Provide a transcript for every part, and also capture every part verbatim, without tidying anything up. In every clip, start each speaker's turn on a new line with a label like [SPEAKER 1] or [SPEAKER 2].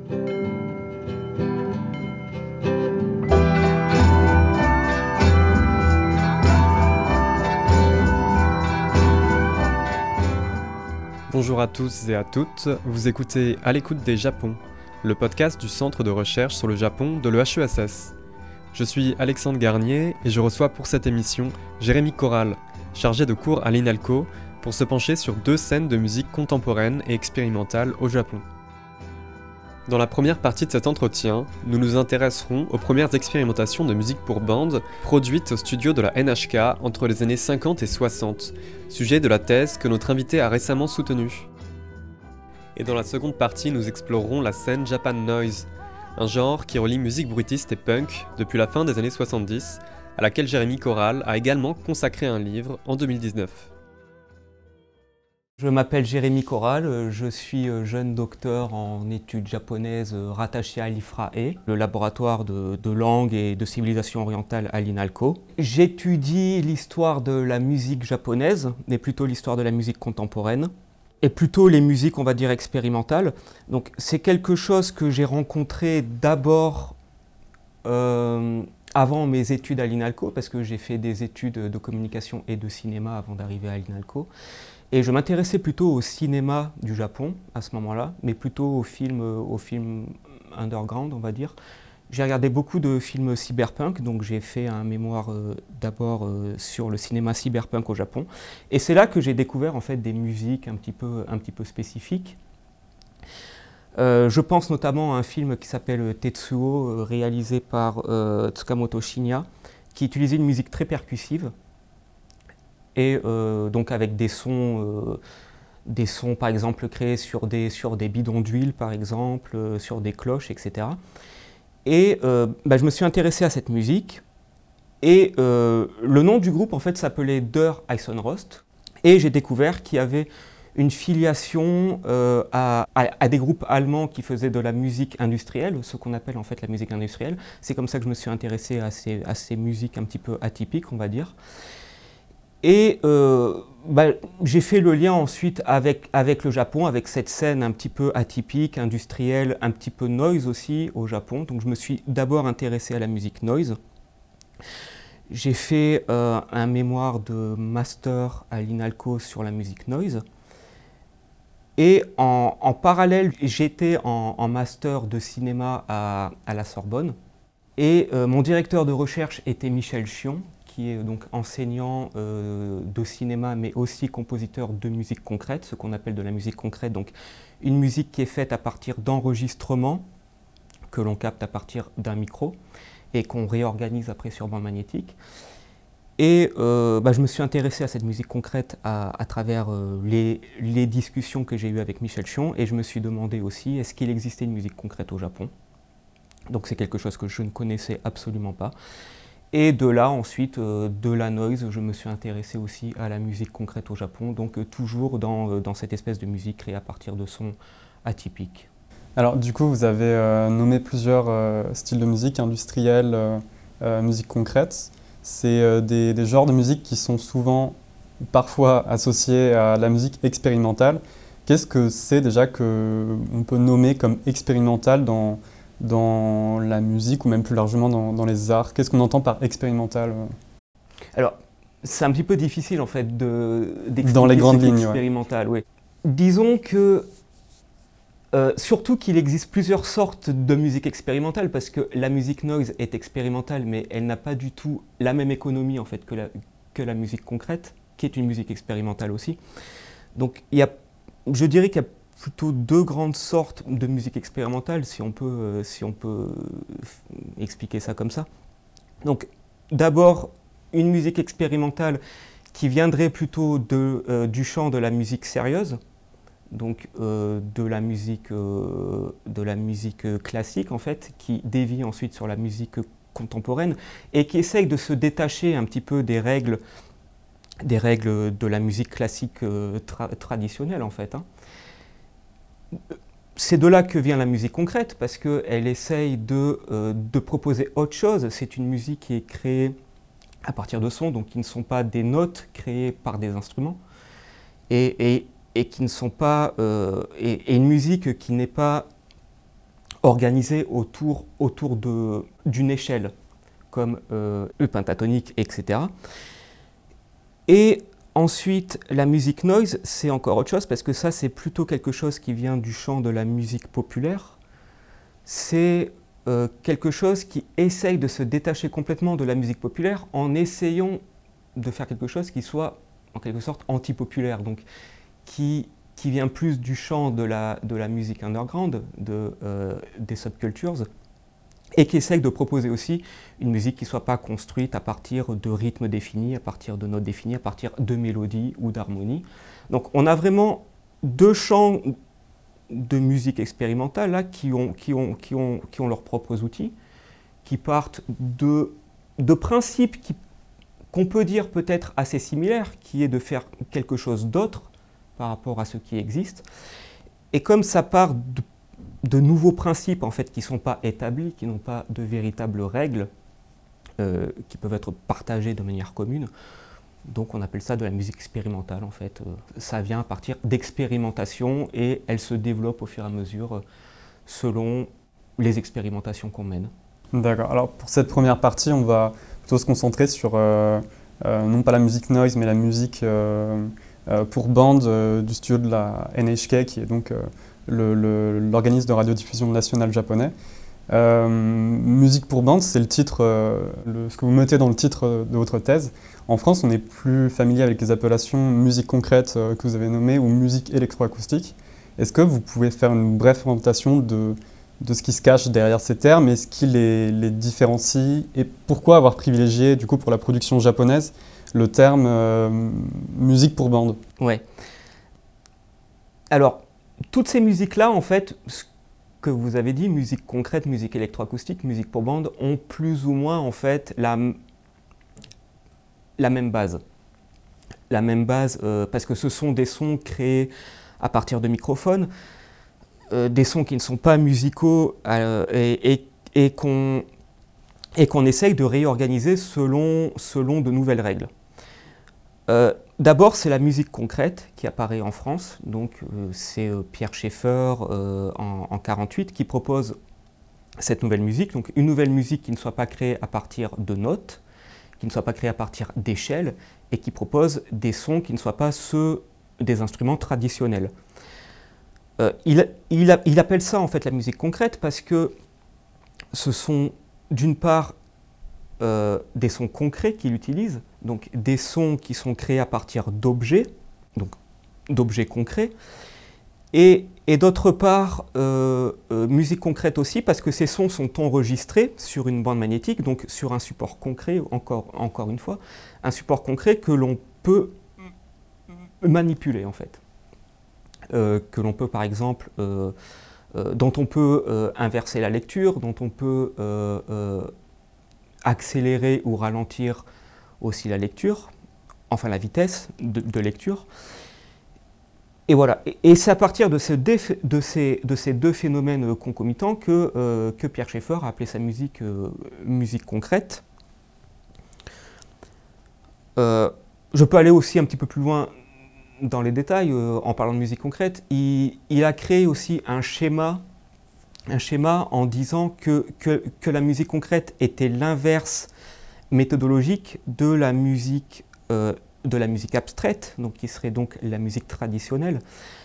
[SPEAKER 1] Bonjour à tous et à toutes, vous écoutez À l'écoute des Japon, le podcast du Centre de recherche sur le Japon de l'E H E S S. Je suis Alexandre Garnier et je reçois pour cette émission Jérémy Corral, chargé de cours à l'INALCO, pour se pencher sur deux scènes de musique contemporaine et expérimentale au Japon. Dans la première partie de cet entretien, nous nous intéresserons aux premières expérimentations de musique pour bande produites au studio de la N H K entre les années cinquante et soixante, sujet de la thèse que notre invité a récemment soutenue. Et dans la seconde partie, nous explorerons la scène Japan Noise, un genre qui relie musique bruitiste et punk depuis la fin des années soixante-dix, à laquelle Jérémy Corral a également consacré un livre en deux mille dix-neuf.
[SPEAKER 2] Je m'appelle Jérémy Corral, je suis jeune docteur en études japonaises rattaché à l'I F R A E, le laboratoire de, de langue et de civilisation orientale à l'INALCO. J'étudie l'histoire de la musique japonaise, mais plutôt l'histoire de la musique contemporaine, et plutôt les musiques, on va dire, expérimentales. Donc c'est quelque chose que j'ai rencontré d'abord euh, avant mes études à l'INALCO, parce que j'ai fait des études de communication et de cinéma avant d'arriver à l'INALCO. Et je m'intéressais plutôt au cinéma du Japon à ce moment-là, mais plutôt aux films, aux films underground, on va dire. J'ai regardé beaucoup de films cyberpunk, donc j'ai fait un mémoire euh, d'abord euh, sur le cinéma cyberpunk au Japon. Et c'est là que j'ai découvert en fait des musiques un petit peu, un petit peu spécifiques. Euh, je pense notamment à un film qui s'appelle Tetsuo, euh, réalisé par euh, Tsukamoto Shinya, qui utilisait une musique très percussive. Et euh, donc avec des sons, euh, des sons par exemple créés sur des, sur des bidons d'huile par exemple, euh, sur des cloches, et cetera. Et euh, bah, je me suis intéressé à cette musique. Et euh, le nom du groupe en fait s'appelait Der Eisenrost. Et j'ai découvert qu'il y avait une filiation euh, à, à, à des groupes allemands qui faisaient de la musique industrielle, ce qu'on appelle en fait la musique industrielle. C'est comme ça que je me suis intéressé à ces, à ces musiques un petit peu atypiques, on va dire. Et euh, bah, j'ai fait le lien ensuite avec, avec le Japon, avec cette scène un petit peu atypique, industrielle, un petit peu noise aussi au Japon. Donc je me suis d'abord intéressé à la musique noise. J'ai fait euh, un mémoire de master à l'INALCO sur la musique noise. Et en, en parallèle, j'étais en, en master de cinéma à, à la Sorbonne. Et euh, mon directeur de recherche était Michel Chion, qui est donc enseignant euh, de cinéma, mais aussi compositeur de musique concrète, ce qu'on appelle de la musique concrète, donc une musique qui est faite à partir d'enregistrements que l'on capte à partir d'un micro et qu'on réorganise après sur bande magnétique. Et euh, bah, je me suis intéressé à cette musique concrète à, à travers euh, les, les discussions que j'ai eues avec Michel Chion, et je me suis demandé aussi, est-ce qu'il existait une musique concrète au Japon ? Donc c'est quelque chose que je ne connaissais absolument pas. Et de là, ensuite, euh, de la noise, je me suis intéressé aussi à la musique concrète au Japon, donc euh, toujours dans, euh, dans cette espèce de musique créée à partir de sons atypiques.
[SPEAKER 3] Alors du coup, vous avez euh, nommé plusieurs euh, styles de musique, industrielle, euh, euh, musique concrète. C'est euh, des, des genres de musique qui sont souvent, parfois associés à la musique expérimentale. Qu'est-ce que c'est déjà qu'on peut nommer comme expérimental dans dans la musique ou même plus largement dans, dans les arts? Qu'est-ce qu'on entend par expérimental?
[SPEAKER 2] Alors, c'est un petit peu difficile en fait de, d'expliquer
[SPEAKER 3] dans les grandes
[SPEAKER 2] ce qu'est
[SPEAKER 3] lignes,
[SPEAKER 2] expérimental. Ouais. Oui. Disons que, euh, surtout qu'il existe plusieurs sortes de musique expérimentale, parce que la musique noise est expérimentale, mais elle n'a pas du tout la même économie en fait que la, que la musique concrète, qui est une musique expérimentale aussi. Donc, il y a, je dirais qu'il y a plutôt deux grandes sortes de musique expérimentale, si on peut, euh, si on peut expliquer ça comme ça. Donc, d'abord, une musique expérimentale qui viendrait plutôt de, euh, du champ de la musique sérieuse, donc euh, de la musique, euh, de la musique classique en fait, qui dévie ensuite sur la musique contemporaine et qui essaye de se détacher un petit peu des règles, des règles de la musique classique euh, tra- traditionnelle en fait. Hein. C'est de là que vient la musique concrète, parce qu'elle essaye de, euh, de proposer autre chose. C'est une musique qui est créée à partir de sons, donc qui ne sont pas des notes créées par des instruments, et, et, et qui ne sont pas, euh, et, et une musique qui n'est pas organisés autour, autour de, d'une échelle, comme euh, le pentatonique, et cetera. Et ensuite, la musique noise, c'est encore autre chose, parce que ça, c'est plutôt quelque chose qui vient du champ de la musique populaire. C'est euh, quelque chose qui essaye de se détacher complètement de la musique populaire en essayant de faire quelque chose qui soit, en quelque sorte, anti-populaire, donc qui, qui vient plus du champ de la, de la musique underground, de, euh, des subcultures, et qui essaye de proposer aussi une musique qui ne soit pas construite à partir de rythmes définis, à partir de notes définies, à partir de mélodies ou d'harmonies. Donc on a vraiment deux champs de musique expérimentale là, qui, ont, qui, ont, qui, ont, qui ont leurs propres outils, qui partent de, de principes qui, qu'on peut dire peut-être assez similaires, qui est de faire quelque chose d'autre par rapport à ce qui existe. Et comme ça part de de nouveaux principes en fait, qui ne sont pas établis, qui n'ont pas de véritables règles, euh, qui peuvent être partagées de manière commune. Donc on appelle ça de la musique expérimentale en fait. Euh, ça vient à partir d'expérimentation et elle se développe au fur et à mesure euh, selon les expérimentations qu'on mène.
[SPEAKER 3] D'accord. Alors pour cette première partie, on va plutôt se concentrer sur euh, euh, non pas la musique noise, mais la musique euh, euh, pour bande euh, du studio de la N H K, qui est donc euh, Le, le, l'organisme de radiodiffusion nationale japonais. Euh, musique pour bande, c'est le titre, euh, le, ce que vous mettez dans le titre de votre thèse. En France, on est plus familier avec les appellations musique concrète euh, que vous avez nommées ou musique électroacoustique. Est-ce que vous pouvez faire une brève présentation de, de ce qui se cache derrière ces termes et ce qui les, les différencie et pourquoi avoir privilégié, du coup, pour la production japonaise, le terme euh, musique pour bande?
[SPEAKER 2] Ouais. Alors, toutes ces musiques-là, en fait, ce que vous avez dit, musique concrète, musique électroacoustique, musique pour bande, ont plus ou moins en fait la, la même base. La même base, euh, parce que ce sont des sons créés à partir de microphones, euh, des sons qui ne sont pas musicaux euh, et, et, et, qu'on, et qu'on essaye de réorganiser selon, selon de nouvelles règles. Euh, D'abord, c'est la musique concrète qui apparaît en France. Donc, euh, c'est euh, Pierre Schaeffer euh, en mille neuf cent quarante-huit qui propose cette nouvelle musique. Donc, une nouvelle musique qui ne soit pas créée à partir de notes, qui ne soit pas créée à partir d'échelles et qui propose des sons qui ne soient pas ceux des instruments traditionnels. Euh, il, il, a, il appelle ça en fait la musique concrète parce que ce sont d'une part Euh, des sons concrets qu'il utilise, donc des sons qui sont créés à partir d'objets, donc d'objets concrets, et, et d'autre part, euh, euh, musique concrète aussi, parce que ces sons sont enregistrés sur une bande magnétique, donc sur un support concret, encore, encore une fois, un support concret que l'on peut manipuler en fait, euh, que l'on peut par exemple, euh, euh, dont on peut euh, inverser la lecture, dont on peut euh, euh, accélérer ou ralentir aussi la lecture, enfin la vitesse de, de lecture. Et voilà, et, et c'est à partir de, ce déf, de, ces, de ces deux phénomènes concomitants que, euh, que Pierre Schaeffer a appelé sa musique euh, musique concrète. Euh, je peux aller aussi un petit peu plus loin dans les détails euh, en parlant de musique concrète. Il, il a créé aussi un schéma un schéma en disant que, que, que la musique concrète était l'inverse méthodologique de la musique, euh, de la musique abstraite, donc qui serait donc la musique traditionnelle.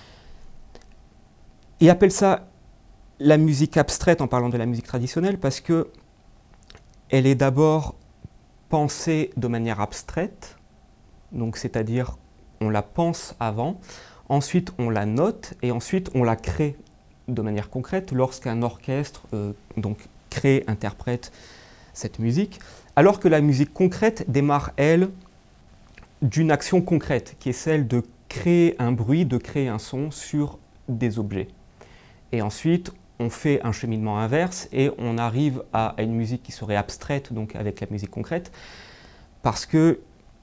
[SPEAKER 2] Il appelle ça la musique abstraite en parlant de la musique traditionnelle parce que elle est d'abord pensée de manière abstraite, donc c'est-à-dire on la pense avant, ensuite on la note et ensuite on la crée de manière concrète lorsqu'un orchestre euh, donc, crée, interprète cette musique, alors que la musique concrète démarre, elle, d'une action concrète, qui est celle de créer un bruit, de créer un son sur des objets. Et ensuite, on fait un cheminement inverse et on arrive à, à une musique qui serait abstraite, donc avec la musique concrète, parce que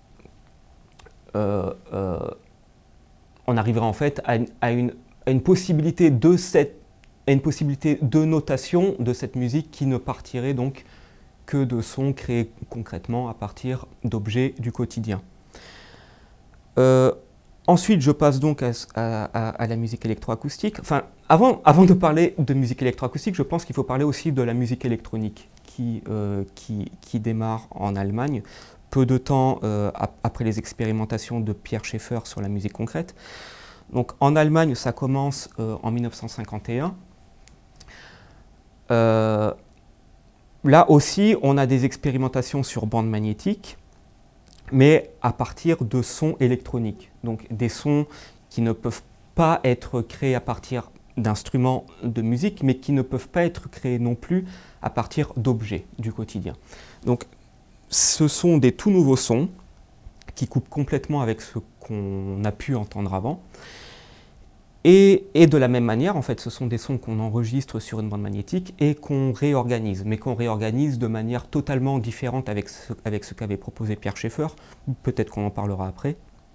[SPEAKER 2] euh, euh, on arrivera en fait à une, à une à une possibilité de cette, à une possibilité de notation de cette musique qui ne partirait donc que de sons créés concrètement à partir d'objets du quotidien. Euh, ensuite, je passe donc à, à, à la musique électroacoustique. Enfin, avant, avant de parler de musique électroacoustique, je pense qu'il faut parler aussi de la musique électronique qui, euh, qui, qui démarre en Allemagne, peu de temps euh, après les expérimentations de Pierre Schaeffer sur la musique concrète. Donc, en Allemagne, ça commence euh, en mille neuf cent cinquante et un. Euh, là aussi, on a des expérimentations sur bande magnétique, mais à partir de sons électroniques, donc des sons qui ne peuvent pas être créés à partir d'instruments de musique, mais qui ne peuvent pas être créés non plus à partir d'objets du quotidien. Donc, ce sont des tout nouveaux sons qui coupent complètement avec ce qu'on a pu entendre avant. Et, et de la même manière, en fait, ce sont des sons qu'on enregistre sur une bande magnétique et qu'on réorganise, mais qu'on réorganise de manière totalement différente avec ce, avec ce qu'avait proposé Pierre Schaeffer. Peut-être qu'on en parlera après.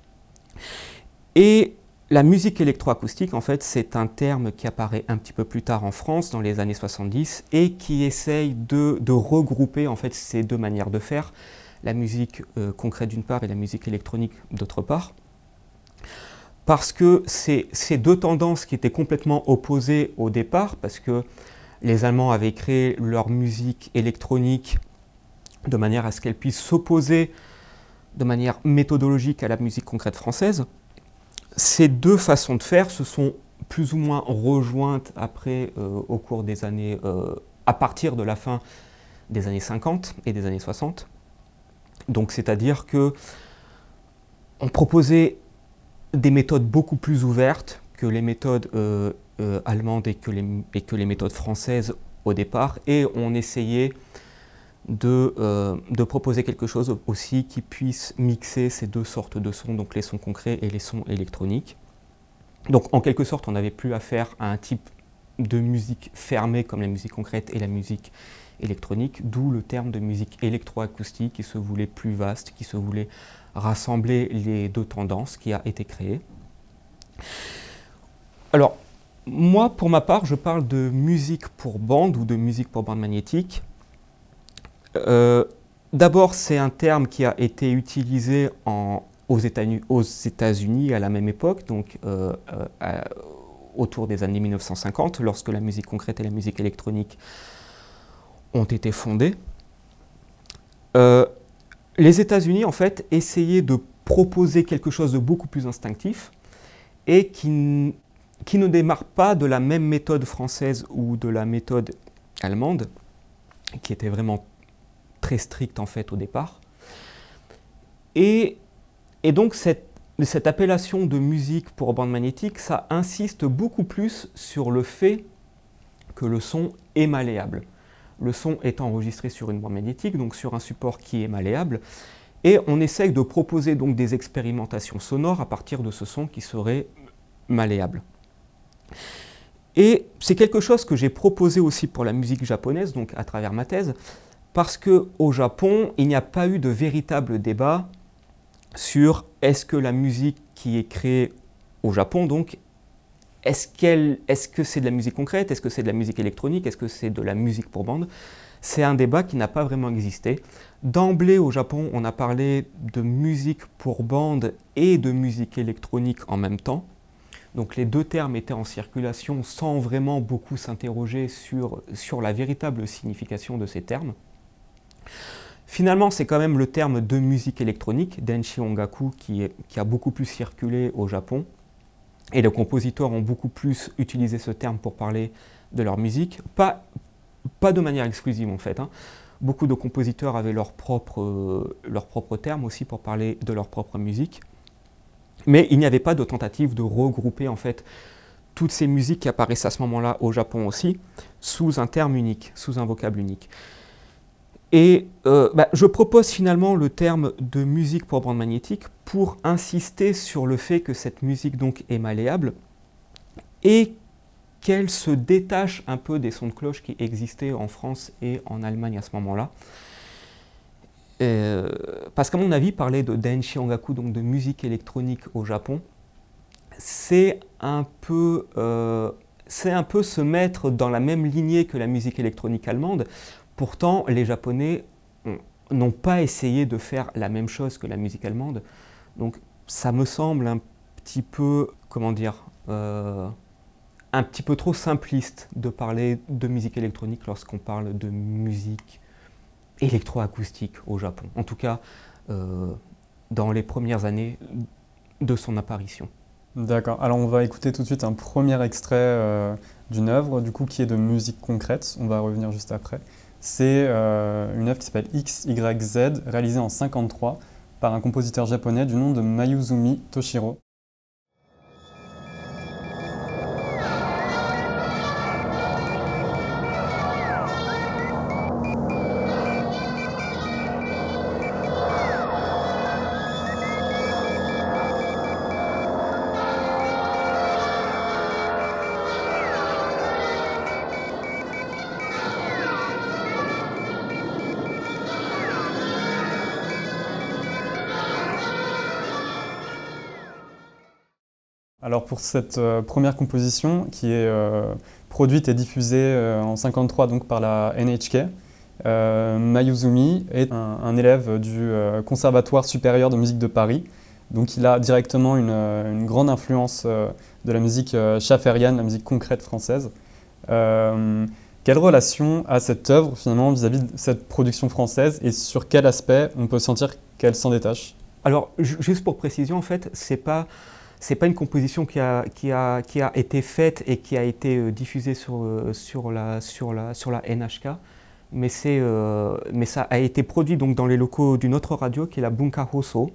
[SPEAKER 2] Et la musique électroacoustique, en fait, c'est un terme qui apparaît un petit peu plus tard en France, dans les années soixante-dix, et qui essaye de, de regrouper, en fait, ces deux manières de faire, la musique euh, concrète d'une part et la musique électronique d'autre part. Parce que c'est ces deux tendances qui étaient complètement opposées au départ, parce que les Allemands avaient créé leur musique électronique de manière à ce qu'elle puisse s'opposer de manière méthodologique à la musique concrète française. Ces deux façons de faire se sont plus ou moins rejointes après, euh, au cours des années, euh, à partir de la fin des années cinquante et des années soixante. Donc, c'est-à-dire que on proposait des méthodes beaucoup plus ouvertes que les méthodes euh, euh, allemandes et que les, et que les méthodes françaises au départ, et on essayait de, euh, de proposer quelque chose aussi qui puisse mixer ces deux sortes de sons, donc les sons concrets et les sons électroniques. Donc en quelque sorte, on n'avait plus affaire à un type de musique fermée comme la musique concrète et la musique électronique, d'où le terme de musique électroacoustique qui se voulait plus vaste, qui se voulait rassembler les deux tendances, qui a été créée. Alors, moi, pour ma part, je parle de musique pour bande ou de musique pour bande magnétique. Euh, D'abord, c'est un terme qui a été utilisé en, aux États-Unis à la même époque, donc euh, euh, à, autour des années mille neuf cent cinquante, lorsque la musique concrète et la musique électronique ont été fondées. Euh, Les États-Unis, en fait, essayaient de proposer quelque chose de beaucoup plus instinctif et qui, qui ne démarre pas de la même méthode française ou de la méthode allemande, qui était vraiment très stricte, en fait, au départ. Et, et donc, cette, cette appellation de musique pour bande magnétique, ça insiste beaucoup plus sur le fait que le son est malléable. Le son est enregistré sur une bande magnétique, donc sur un support qui est malléable, et on essaye de proposer donc des expérimentations sonores à partir de ce son qui serait malléable. Et c'est quelque chose que j'ai proposé aussi pour la musique japonaise, donc à travers ma thèse, parce qu'au Japon, il n'y a pas eu de véritable débat sur est-ce que la musique qui est créée au Japon, donc, Est-ce, qu'elle, est-ce que c'est de la musique concrète? Est-ce que c'est de la musique électronique? Est-ce que c'est de la musique pour bande? C'est un débat qui n'a pas vraiment existé. D'emblée, au Japon, on a parlé de musique pour bande et de musique électronique en même temps. Donc les deux termes étaient en circulation sans vraiment beaucoup s'interroger sur, sur la véritable signification de ces termes. Finalement, c'est quand même le terme de musique électronique, Denshi Ongaku, qui, est, qui a beaucoup plus circulé au Japon. Et les compositeurs ont beaucoup plus utilisé ce terme pour parler de leur musique, pas, pas de manière exclusive en fait. Hein. Beaucoup de compositeurs avaient leur propre, euh, leur propre terme aussi pour parler de leur propre musique. Mais il n'y avait pas de tentative de regrouper en fait toutes ces musiques qui apparaissent à ce moment-là au Japon aussi, sous un terme unique, sous un vocable unique. Et euh, bah, je propose finalement le terme de musique pour bande magnétique pour insister sur le fait que cette musique donc est malléable et qu'elle se détache un peu des sons de cloche qui existaient en France et en Allemagne à ce moment-là. Euh, parce qu'à mon avis, parler de Denshi Ongaku, donc de musique électronique au Japon, c'est un peu, euh, c'est un peu se mettre dans la même lignée que la musique électronique allemande. Pourtant, les Japonais n'ont pas essayé de faire la même chose que la musique allemande. Donc, ça me semble un petit peu, comment dire, euh, un petit peu trop simpliste de parler de musique électronique lorsqu'on parle de musique électroacoustique au Japon. En tout cas, euh, dans les premières années de son apparition.
[SPEAKER 3] D'accord. Alors on va écouter tout de suite un premier extrait euh, d'une œuvre, du coup qui est de musique concrète. On va revenir juste après. C'est euh, une œuvre qui s'appelle X Y Z, réalisée en cinquante-trois par un compositeur japonais du nom de Mayuzumi Toshiro. Alors pour cette euh, première composition qui est euh, produite et diffusée euh, en cinquante-trois donc par la N H K, euh, Mayuzumi est un, un élève du euh, Conservatoire supérieur de musique de Paris. Donc il a directement une, une grande influence euh, de la musique euh, schaeferienne, la musique concrète française. Euh, quelle relation a cette œuvre finalement vis-à-vis de cette production française et sur quel aspect on peut sentir qu'elle s'en détache?
[SPEAKER 2] Alors juste pour précision, en fait, c'est pas C'est pas une composition qui a, qui, a, qui a été faite et qui a été euh, diffusée sur, euh, sur, la, sur, la, sur la N H K, mais, euh, mais ça a été produit donc, dans les locaux d'une autre radio qui est la Bunka Hoso,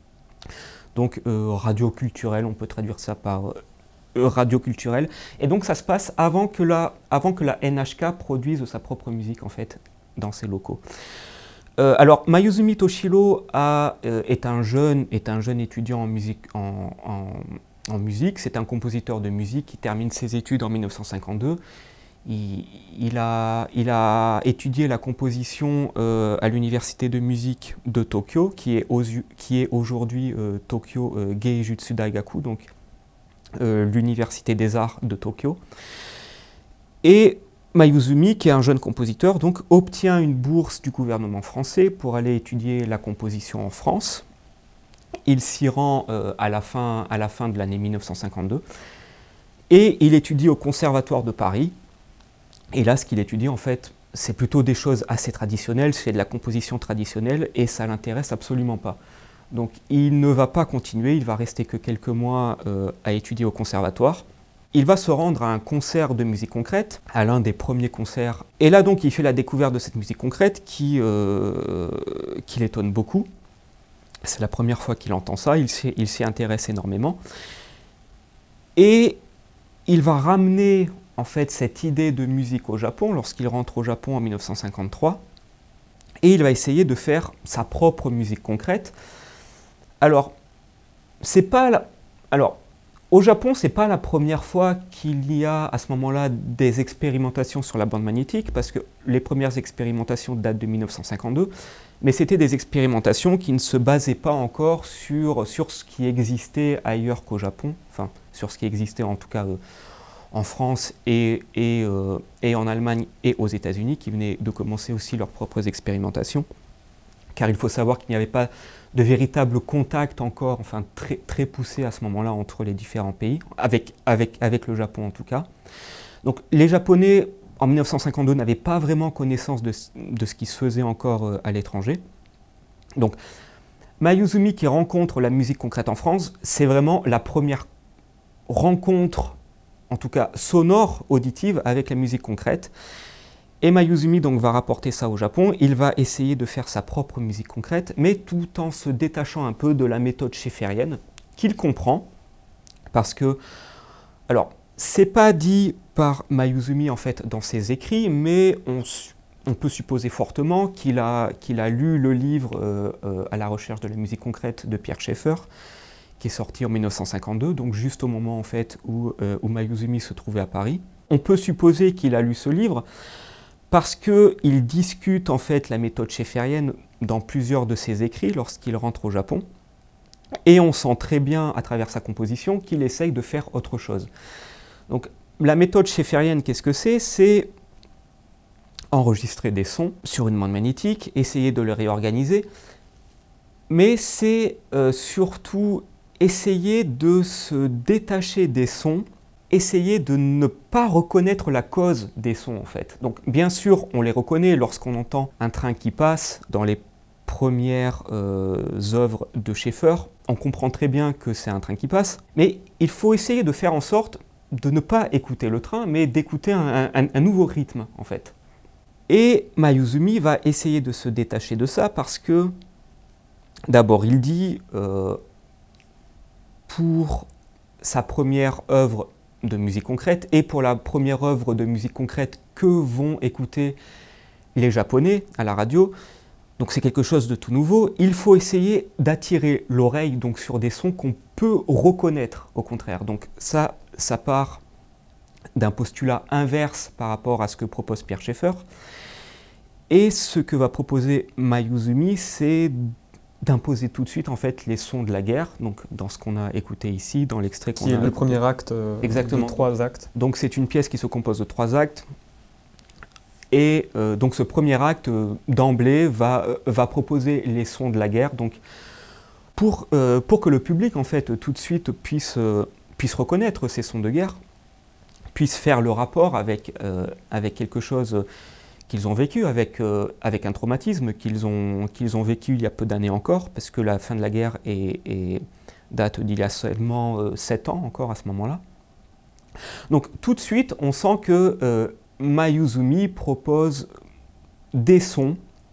[SPEAKER 2] donc euh, radio culturelle, on peut traduire ça par euh, radio culturelle. Et donc ça se passe avant que, la, avant que la N H K produise sa propre musique en fait, dans ses locaux. Euh, alors, Mayuzumi Toshiro a, euh, est, un jeune, est un jeune étudiant en musique. En, en, en musique. C'est un compositeur de musique qui termine ses études en mille neuf cent cinquante-deux. Il, il, a, il a étudié la composition euh, à l'université de musique de Tokyo, qui est, aux, qui est aujourd'hui euh, Tokyo euh, Geijutsu Daigaku, donc euh, l'université des arts de Tokyo. Et Mayuzumi, qui est un jeune compositeur, donc, obtient une bourse du gouvernement français pour aller étudier la composition en France. Il s'y rend euh, à, la fin, à la fin de l'année mille neuf cent cinquante-deux et il étudie au Conservatoire de Paris. Et là, ce qu'il étudie, en fait, c'est plutôt des choses assez traditionnelles, c'est de la composition traditionnelle et ça ne l'intéresse absolument pas. Donc il ne va pas continuer, il va rester que quelques mois euh, à étudier au Conservatoire. Il va se rendre à un concert de musique concrète, à l'un des premiers concerts. Et là donc il fait la découverte de cette musique concrète qui, euh, qui l'étonne beaucoup. C'est la première fois qu'il entend ça, il s'y, il s'y intéresse énormément. Et il va ramener en fait cette idée de musique au Japon lorsqu'il rentre au Japon en mille neuf cent cinquante-trois. Et il va essayer de faire sa propre musique concrète. Alors, c'est pas la... Alors, au Japon, ce n'est pas la première fois qu'il y a à ce moment-là des expérimentations sur la bande magnétique, parce que les premières expérimentations datent de mille neuf cent cinquante-deux, mais c'était des expérimentations qui ne se basaient pas encore sur, sur ce qui existait ailleurs qu'au Japon, enfin sur ce qui existait en tout cas euh, en France et, et, euh, et en Allemagne et aux États-Unis, qui venaient de commencer aussi leurs propres expérimentations, car il faut savoir qu'il n'y avait pas de véritable contact encore, enfin très, très poussé à ce moment-là entre les différents pays, avec, avec, avec le Japon en tout cas. Donc les Japonais, en mille neuf cent cinquante-deux, n'avaient pas vraiment connaissance de, de ce qui se faisait encore euh, à l'étranger. Donc Mayuzumi qui rencontre la musique concrète en France, c'est vraiment la première rencontre, en tout cas sonore, auditive, avec la musique concrète. Et Mayuzumi donc va rapporter ça au Japon, il va essayer de faire sa propre musique concrète, mais tout en se détachant un peu de la méthode schaeferienne, qu'il comprend, parce que, alors, c'est pas dit par Mayuzumi en fait dans ses écrits, mais on, on peut supposer fortement qu'il a, qu'il a lu le livre euh, euh, À la recherche de la musique concrète de Pierre Schaeffer, qui est sorti en mille neuf cent cinquante-deux, donc juste au moment en fait où, euh, où Mayuzumi se trouvait à Paris. On peut supposer qu'il a lu ce livre, parce qu'il discute en fait la méthode schaeferienne dans plusieurs de ses écrits lorsqu'il rentre au Japon, et on sent très bien à travers sa composition qu'il essaye de faire autre chose. Donc la méthode schaeferienne, qu'est-ce que c'est ? C'est enregistrer des sons sur une bande magnétique, essayer de les réorganiser, mais c'est euh, surtout essayer de se détacher des sons, essayer de ne pas reconnaître la cause des sons en fait. Donc bien sûr, on les reconnaît lorsqu'on entend un train qui passe dans les premières euh, œuvres de Schaeffer. On comprend très bien que c'est un train qui passe, mais il faut essayer de faire en sorte de ne pas écouter le train, mais d'écouter un, un, un nouveau rythme en fait. Et Mayuzumi va essayer de se détacher de ça parce que, d'abord, il dit, euh, pour sa première œuvre de musique concrète et pour la première œuvre de musique concrète que vont écouter les Japonais à la radio, donc c'est quelque chose de tout nouveau, il faut essayer d'attirer l'oreille donc sur des sons qu'on peut reconnaître au contraire. Donc ça, ça part d'un postulat inverse par rapport à ce que propose Pierre Schaeffer. Et ce que va proposer Mayuzumi, c'est d'imposer tout de suite en fait les sons de la guerre, donc dans ce qu'on a écouté ici, dans l'extrait qu'on a
[SPEAKER 3] Qui est le
[SPEAKER 2] écouté.
[SPEAKER 3] premier acte euh,
[SPEAKER 2] Exactement.
[SPEAKER 3] de trois actes.
[SPEAKER 2] Donc c'est une pièce qui se compose de trois actes. Et euh, donc ce premier acte, euh, d'emblée, va, euh, va proposer les sons de la guerre, donc pour, euh, pour que le public, en fait, tout de suite puisse, euh, puisse reconnaître ces sons de guerre, puisse faire le rapport avec, euh, avec quelque chose qu'ils ont vécu, avec, euh, avec un traumatisme qu'ils ont, qu'ils ont vécu il y a peu d'années encore, parce que la fin de la guerre est, est, date d'il y a seulement euh, sept ans encore à ce moment-là. Donc tout de suite, on sent que euh, Mayuzumi propose des sons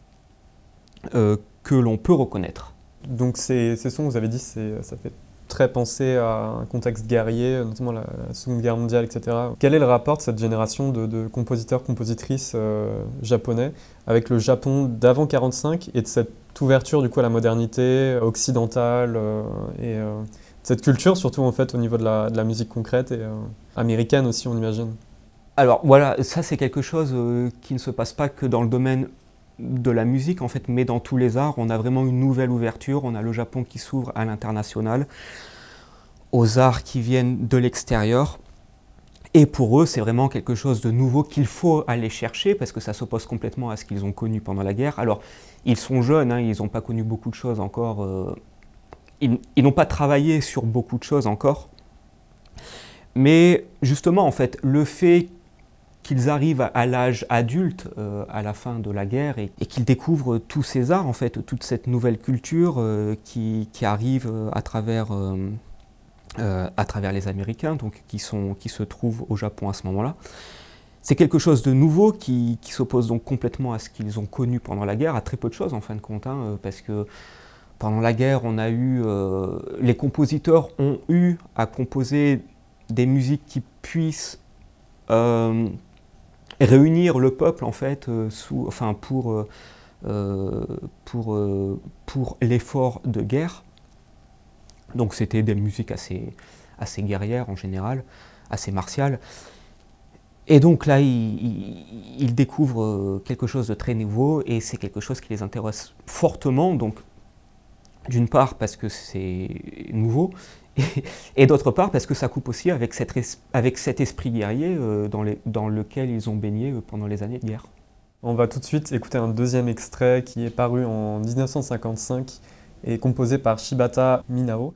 [SPEAKER 2] euh, que l'on peut reconnaître.
[SPEAKER 3] Donc ces, ces sons, vous avez dit, c'est, ça fait très penser à un contexte guerrier, notamment la, la Seconde Guerre mondiale, et cetera. Quel est le rapport de cette génération de, de compositeurs, compositrices euh, japonais avec le Japon d'avant quarante-cinq et de cette ouverture du coup à la modernité occidentale euh, et euh, cette culture surtout en fait au niveau de la, de la musique concrète et euh, américaine aussi on imagine?
[SPEAKER 2] Alors voilà, ça c'est quelque chose euh, qui ne se passe pas que dans le domaine de la musique en fait, mais dans tous les arts. On a vraiment une nouvelle ouverture, on a le Japon qui s'ouvre à l'international, aux arts qui viennent de l'extérieur. Et pour eux, c'est vraiment quelque chose de nouveau qu'il faut aller chercher parce que ça s'oppose complètement à ce qu'ils ont connu pendant la guerre. Alors, ils sont jeunes, hein, ils n'ont pas connu beaucoup de choses encore, euh, ils, ils n'ont pas travaillé sur beaucoup de choses encore. Mais justement, en fait, le fait qu'ils arrivent à l'âge adulte, euh, à la fin de la guerre, et, et qu'ils découvrent tous ces arts, en fait, toute cette nouvelle culture euh, qui, qui arrive euh, à travers, euh, euh, à travers les Américains, donc qui, sont, qui se trouvent au Japon à ce moment-là. C'est quelque chose de nouveau qui, qui s'oppose donc complètement à ce qu'ils ont connu pendant la guerre, à très peu de choses en fin de compte, hein, parce que pendant la guerre, on a eu, euh, les compositeurs ont eu à composer des musiques qui puissent euh, réunir le peuple en fait, euh, sous, enfin pour, euh, euh, pour, euh, pour l'effort de guerre. Donc c'était des musiques assez, assez guerrières en général, assez martiales. Et donc là, ils, ils, ils découvrent quelque chose de très nouveau et c'est quelque chose qui les intéresse fortement. Donc d'une part parce que c'est nouveau, et, et d'autre part parce que ça coupe aussi avec, cette, avec cet esprit guerrier euh, dans, les, dans lequel ils ont baigné pendant les années de guerre.
[SPEAKER 3] On va tout de suite écouter un deuxième extrait qui est paru en dix-neuf cent cinquante-cinq et composé par Shibata Minao.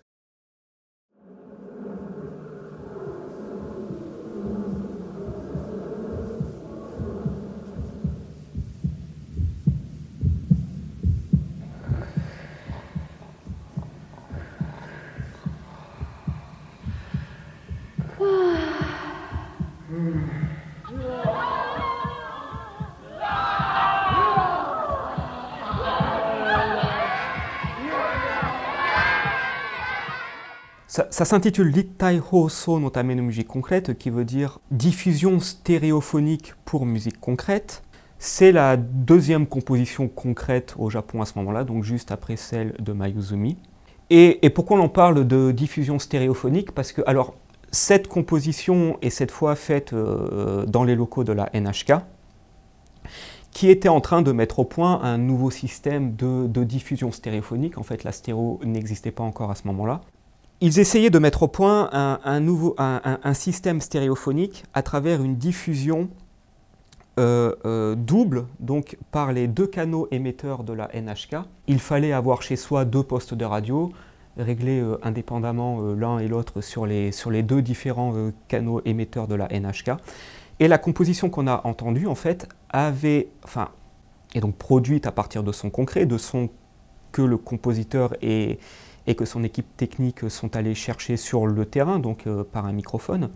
[SPEAKER 2] Ça, ça s'intitule Rittai Hoso no Tame no musique concrète, qui veut dire diffusion stéréophonique pour musique concrète. C'est la deuxième composition concrète au Japon à ce moment-là, donc juste après celle de Mayuzumi. Et, et pourquoi on en parle de diffusion stéréophonique? Parce que, alors, cette composition est cette fois faite euh, dans les locaux de la N H K, qui était en train de mettre au point un nouveau système de, de diffusion stéréophonique. En fait, la stéréo n'existait pas encore à ce moment-là. Ils essayaient de mettre au point un, un, nouveau, un, un, un système stéréophonique à travers une diffusion euh, euh, double, donc par les deux canaux émetteurs de la N H K. Il fallait avoir chez soi deux postes de radio, réglés euh, indépendamment euh, l'un et l'autre sur les, sur les deux différents euh, canaux émetteurs de la N H K. Et la composition qu'on a entendue, en fait, avait, enfin, est donc produite à partir de sons concrets, de sons que le compositeur et, et que son équipe technique sont allés chercher sur le terrain, donc euh, par un microphone.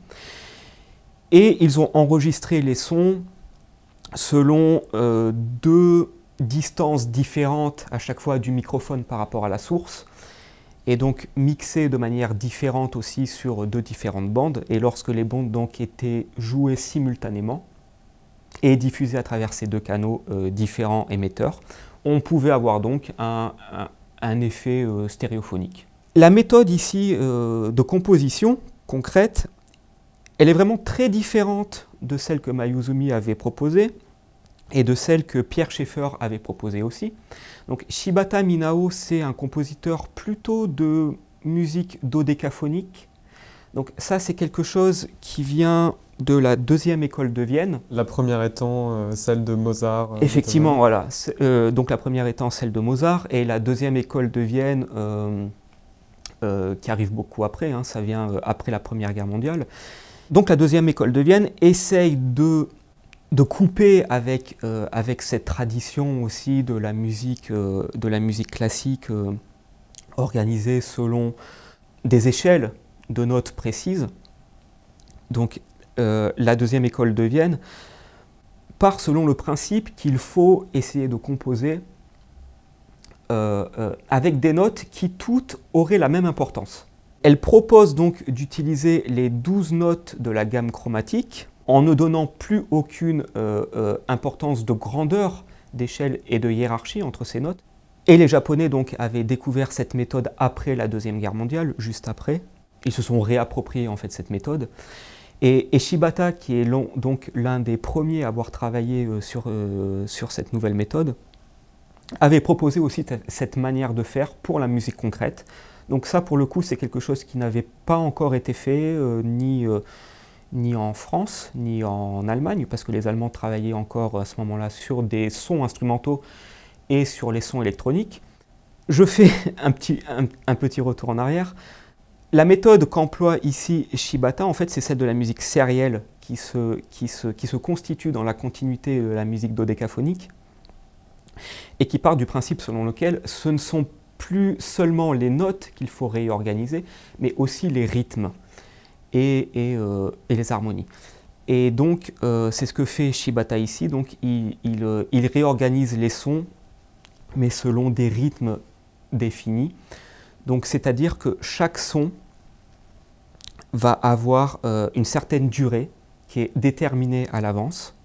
[SPEAKER 2] Et ils ont enregistré les sons selon euh, deux distances différentes à chaque fois du microphone par rapport à la source, et donc mixés de manière différente aussi sur deux différentes bandes. Et lorsque les bandes donc étaient jouées simultanément et diffusées à travers ces deux canaux euh, différents émetteurs, on pouvait avoir donc un, un, un effet euh, stéréophonique. La méthode ici euh, de composition concrète, elle est vraiment très différente de celle que Mayuzumi avait proposée et de celle que Pierre Schaeffer avait proposée aussi. Donc Shibata Minao, c'est un compositeur plutôt de musique dodécaphonique. Donc ça, c'est quelque chose qui vient de la deuxième école de Vienne.
[SPEAKER 3] La première étant euh, celle de Mozart. Euh,
[SPEAKER 2] Effectivement,
[SPEAKER 3] notamment.
[SPEAKER 2] voilà. Euh, donc la première étant celle de Mozart, et la deuxième école de Vienne, euh, euh, qui arrive beaucoup après, hein, ça vient euh, après la Première Guerre mondiale. Donc la deuxième école de Vienne essaye de, de couper avec, euh, avec cette tradition aussi de la musique, euh, de la musique classique euh, organisée selon des échelles de notes précises. Donc euh, la deuxième école de Vienne part selon le principe qu'il faut essayer de composer euh, euh, avec des notes qui toutes auraient la même importance. Elle propose donc d'utiliser les douze notes de la gamme chromatique en ne donnant plus aucune euh, euh, importance de grandeur, d'échelle et de hiérarchie entre ces notes. Et les Japonais donc avaient découvert cette méthode après la Deuxième Guerre mondiale, juste après. Ils se sont réappropriés en fait cette méthode. Et, et Shibata, qui est long, donc l'un des premiers à avoir travaillé euh, sur, euh, sur cette nouvelle méthode, avait proposé aussi cette manière de faire pour la musique concrète. Donc ça, pour le coup, c'est quelque chose qui n'avait pas encore été fait, euh, ni, euh, ni en France, ni en Allemagne, parce que les Allemands travaillaient encore à ce moment-là sur des sons instrumentaux et sur les sons électroniques. Je fais un petit, un, un petit retour en arrière. La méthode qu'emploie ici Shibata, en fait, c'est celle de la musique sérielle qui se, qui, se, qui se constitue dans la continuité de la musique dodécaphonique et qui part du principe selon lequel ce ne sont plus seulement les notes qu'il faut réorganiser, mais aussi les rythmes et, et, euh, et les harmonies. Et donc, euh, c'est ce que fait Shibata ici. Donc, il, il, euh, il réorganise les sons, mais selon des rythmes définis. Donc, c'est-à-dire que chaque son va avoir euh, une certaine durée qui est déterminée à l'avance.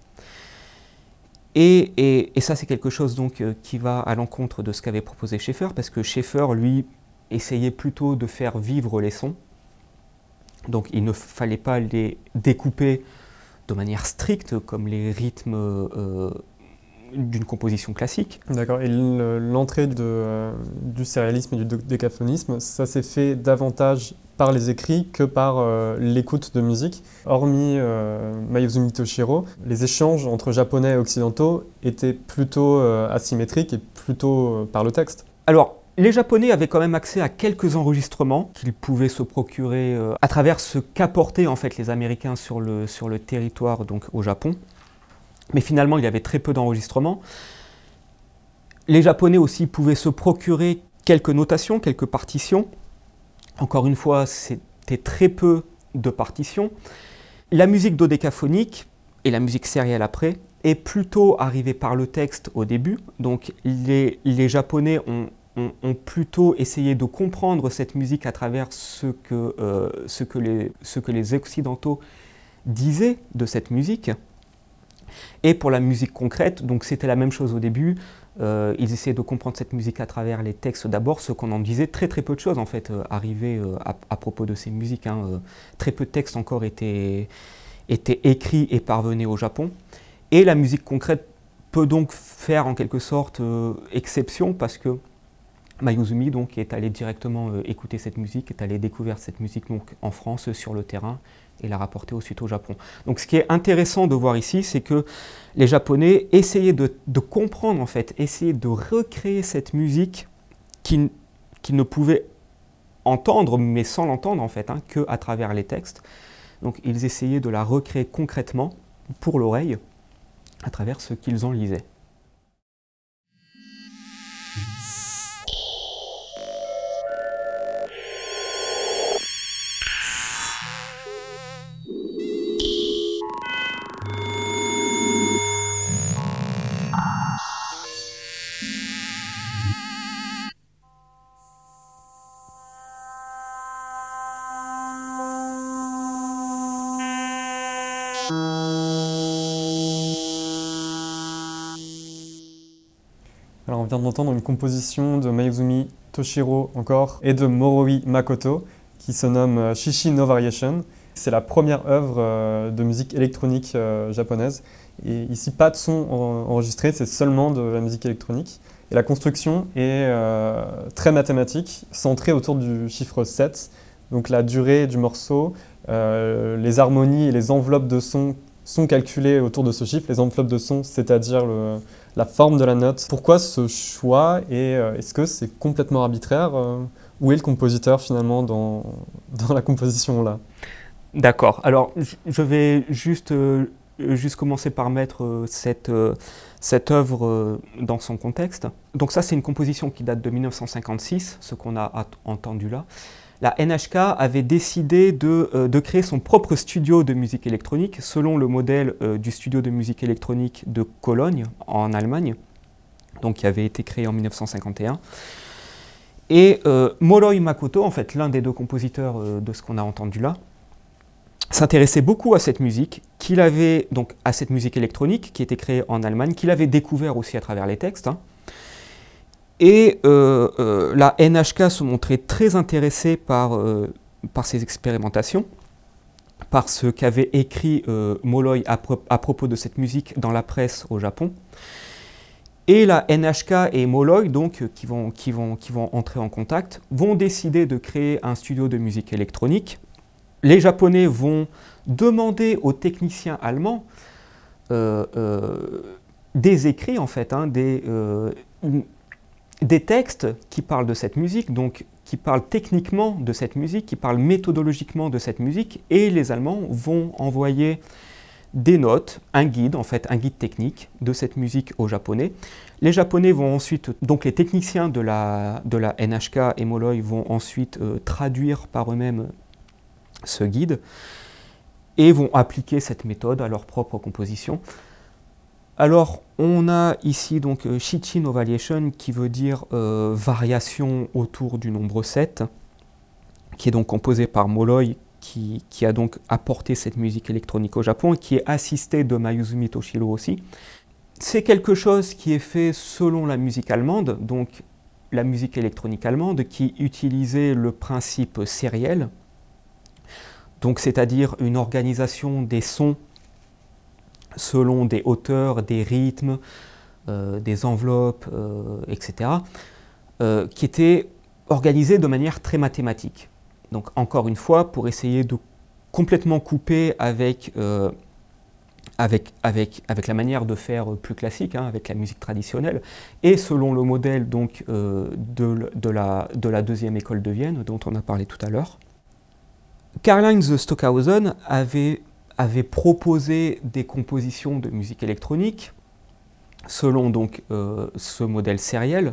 [SPEAKER 2] Et, et, et ça, c'est quelque chose donc, euh, qui va à l'encontre de ce qu'avait proposé Schaeffer, parce que Schaeffer, lui, essayait plutôt de faire vivre les sons. Donc il ne fallait pas les découper de manière stricte, comme les rythmes euh, d'une composition classique.
[SPEAKER 3] D'accord, et l'entrée de, euh, du sérialisme et du décaphonisme, ça s'est fait davantage par les écrits que par euh, l'écoute de musique. Hormis euh, Mayuzumi Toshiro, les échanges entre japonais et occidentaux étaient plutôt euh, asymétriques et plutôt euh, par le texte.
[SPEAKER 2] Alors, les Japonais avaient quand même accès à quelques enregistrements qu'ils pouvaient se procurer euh, à travers ce qu'apportaient en fait les Américains sur le, sur le territoire, donc au Japon. Mais finalement, il y avait très peu d'enregistrements. Les Japonais aussi pouvaient se procurer quelques notations, quelques partitions. Encore une fois, c'était très peu de partitions. La musique dodécaphonique et la musique sérielle après est plutôt arrivée par le texte au début. Donc les, les Japonais ont, ont, ont plutôt essayé de comprendre cette musique à travers ce que, euh, ce que, les, ce que les Occidentaux disaient de cette musique. Et pour la musique concrète, donc c'était la même chose au début. Euh, ils essayaient de comprendre cette musique à travers les textes d'abord, ce qu'on en disait, très très peu de choses en fait euh, arrivaient euh, à, à propos de ces musiques. Hein, euh, très peu de textes encore étaient, étaient écrits et parvenaient au Japon. Et la musique concrète peut donc faire en quelque sorte euh, exception parce que Mayuzumi donc, est allé directement euh, écouter cette musique, est allé découvrir cette musique donc, en France sur le terrain et l'a rapportée ensuite au Japon. Donc ce qui est intéressant de voir ici, c'est que les Japonais essayaient de, de comprendre, en fait, essayaient de recréer cette musique qu'ils qui ne pouvaient entendre, mais sans l'entendre en fait, hein, qu'à travers les textes. Donc ils essayaient de la recréer concrètement pour l'oreille à travers ce qu'ils en lisaient.
[SPEAKER 3] Alors on vient d'entendre une composition de Mayuzumi Toshiro encore et de Moroi Makoto qui se nomme Shishi no Variation. C'est la première œuvre euh, de musique électronique euh, japonaise. Et ici, pas de son en- enregistré, c'est seulement de la musique électronique. Et la construction est euh, très mathématique, centrée autour du chiffre sept. Donc la durée du morceau, euh, les harmonies et les enveloppes de son sont calculées autour de ce chiffre. Les enveloppes de son, c'est-à-dire le, la forme de la note. Pourquoi ce choix et euh, est-ce que c'est complètement arbitraire euh, Où est le compositeur finalement dans, dans la composition là?
[SPEAKER 2] D'accord. Alors, je vais juste, euh, juste commencer par mettre euh, cette, euh, cette œuvre euh, dans son contexte. Donc ça, c'est une composition qui date de mille neuf cent cinquante-six, ce qu'on a at- entendu là. La N H K avait décidé de, euh, de créer son propre studio de musique électronique selon le modèle euh, du studio de musique électronique de Cologne, en Allemagne, donc qui avait été créé en mille neuf cent cinquante et un. Et euh, Moroi Makoto, en fait, l'un des deux compositeurs euh, de ce qu'on a entendu là, s'intéressait beaucoup à cette musique, qu'il avait donc à cette musique électronique qui était créée en Allemagne, qu'il avait découvert aussi à travers les textes. Hein. Et euh, euh, la N H K se montrait très intéressée par, euh, par ces expérimentations, par ce qu'avait écrit euh, Molloy à, pro- à propos de cette musique dans la presse au Japon. Et la N H K et Molloy, donc, qui vont, qui, vont, qui vont entrer en contact, vont décider de créer un studio de musique électronique. Les Japonais vont demander aux techniciens allemands euh, euh, des écrits, en fait, hein, des, euh, des textes qui parlent de cette musique, donc qui parlent techniquement de cette musique, qui parlent méthodologiquement de cette musique, et les Allemands vont envoyer des notes, un guide, en fait, un guide technique de cette musique aux Japonais. Les Japonais vont ensuite, donc les techniciens de la, de la N H K et Molloy vont ensuite euh, traduire par eux-mêmes ce guide et vont appliquer cette méthode à leur propre composition. Alors, on a ici donc euh, Shichi no Variation qui veut dire euh, variation autour du nombre sept, qui est donc composé par Molloy, qui, qui a donc apporté cette musique électronique au Japon et qui est assisté de Mayuzumi Toshiro aussi. C'est quelque chose qui est fait selon la musique allemande, donc la musique électronique allemande, qui utilisait le principe sériel, donc c'est-à-dire une organisation des sons selon des hauteurs, des rythmes, euh, des enveloppes, euh, et cetera, euh, qui était organisée de manière très mathématique. Donc encore une fois, pour essayer de complètement couper avec, euh, avec, avec, avec la manière de faire plus classique, hein, avec la musique traditionnelle, et selon le modèle donc, euh, de, de, la, de la deuxième école de Vienne, dont on a parlé tout à l'heure. Karlheinz Stockhausen avait, avait proposé des compositions de musique électronique selon donc, euh, ce modèle sériel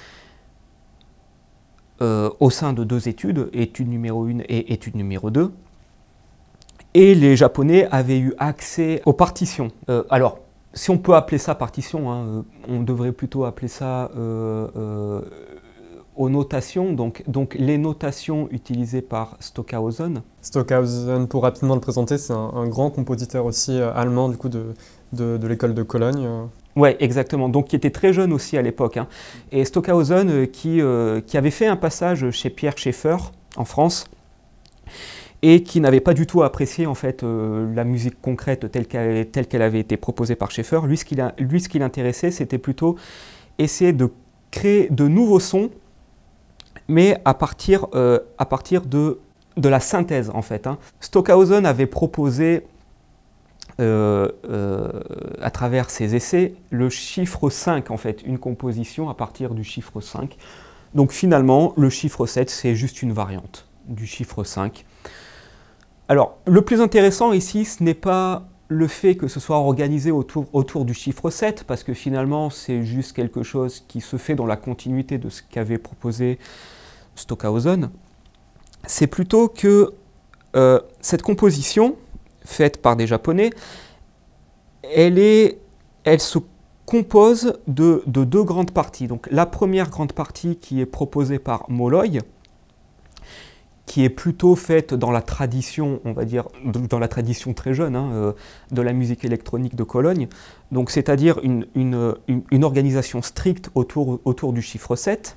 [SPEAKER 2] euh, au sein de deux études, étude numéro un et étude numéro deux. Et les Japonais avaient eu accès aux partitions. Euh, alors, si on peut appeler ça partition, hein, on devrait plutôt appeler ça euh, euh, aux notations, donc, donc les notations utilisées par Stockhausen.
[SPEAKER 3] Stockhausen, pour rapidement le présenter, c'est un, un grand compositeur aussi euh, allemand du coup de, de, de l'école de Cologne.
[SPEAKER 2] Oui, exactement, donc qui était très jeune aussi à l'époque. Hein. Et Stockhausen euh, qui, euh, qui avait fait un passage chez Pierre Schaeffer en France et qui n'avait pas du tout apprécié en fait, euh, la musique concrète telle qu'elle, telle qu'elle avait été proposée par Schaeffer. Lui, ce qui, lui, ce qui l'intéressait, c'était plutôt essayer de créer de nouveaux sons, mais à partir, euh, à partir de, de la synthèse, en fait. Hein. Stockhausen avait proposé, euh, euh, à travers ses essais, le chiffre cinq, en fait, une composition à partir du chiffre cinq. Donc finalement, le chiffre sept, c'est juste une variante du chiffre cinq. Alors, le plus intéressant ici, ce n'est pas le fait que ce soit organisé autour, autour du chiffre sept, parce que finalement, c'est juste quelque chose qui se fait dans la continuité de ce qu'avait proposé Stockhausen. C'est plutôt que euh, cette composition, faite par des Japonais, elle, est, elle se compose de, de deux grandes parties. Donc, la première grande partie qui est proposée par Molloy, qui est plutôt faite dans la tradition, on va dire, dans la tradition très jeune, hein, euh, de la musique électronique de Cologne, donc c'est-à-dire une, une, une, une organisation stricte autour, autour du chiffre sept.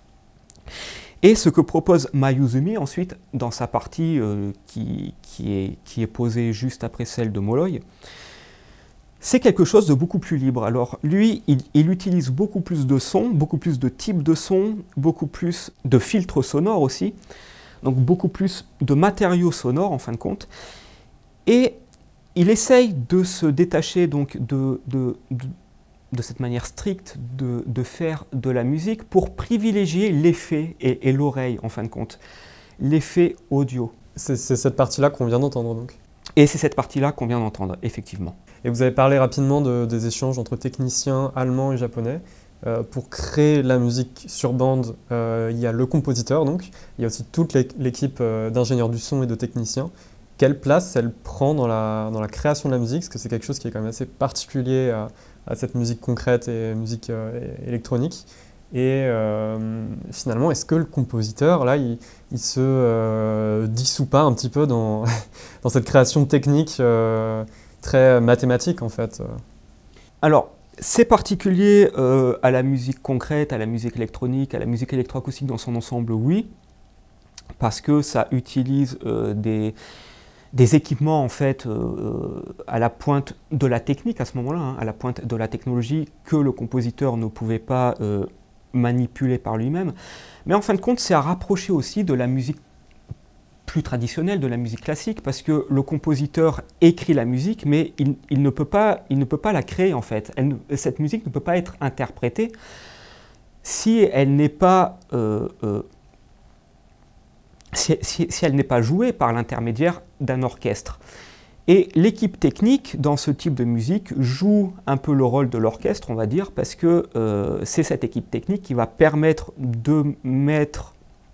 [SPEAKER 2] Et ce que propose Mayuzumi ensuite, dans sa partie euh, qui, qui, est, qui est posée juste après celle de Molloy, c'est quelque chose de beaucoup plus libre. Alors lui, il, il utilise beaucoup plus de sons, beaucoup plus de types de sons, beaucoup plus de filtres sonores aussi, donc beaucoup plus de matériaux sonores en fin de compte, et il essaye de se détacher donc de, de, de, de cette manière stricte de, de faire de la musique pour privilégier l'effet et, et l'oreille en fin de compte, l'effet audio.
[SPEAKER 3] C'est, c'est cette partie-là qu'on vient d'entendre donc.
[SPEAKER 2] Et c'est cette partie-là qu'on vient d'entendre, effectivement.
[SPEAKER 3] Et vous avez parlé rapidement de, des échanges entre techniciens allemands et japonais. Euh, pour créer la musique sur bande, euh, il y a le compositeur, donc. Il y a aussi toute l'équipe euh, d'ingénieurs du son et de techniciens. Quelle place elle prend dans la, dans la création de la musique? Parce que c'est quelque chose qui est quand même assez particulier à, à cette musique concrète et musique euh, électronique. Et euh, finalement, est-ce que le compositeur, là, il, il se euh, dissout pas un petit peu dans, dans cette création technique euh, très mathématique, en fait?
[SPEAKER 2] Alors, c'est particulier euh, à la musique concrète, à la musique électronique, à la musique électroacoustique dans son ensemble, oui, parce que ça utilise euh, des, des équipements en fait euh, à la pointe de la technique à ce moment-là, hein, à la pointe de la technologie que le compositeur ne pouvait pas euh, manipuler par lui-même. Mais en fin de compte, c'est à rapprocher aussi de la musique plus traditionnelle, de la musique classique, parce que le compositeur écrit la musique, mais il, il, ne, peut pas, il ne peut pas la créer en fait. Elle, cette musique ne peut pas être interprétée si elle n'est pas, euh, euh, si, si, si elle n'est pas jouée par l'intermédiaire d'un orchestre. Et l'équipe technique, dans ce type de musique, joue un peu le rôle de l'orchestre, on va dire, parce que euh, c'est cette équipe technique qui va permettre de mettre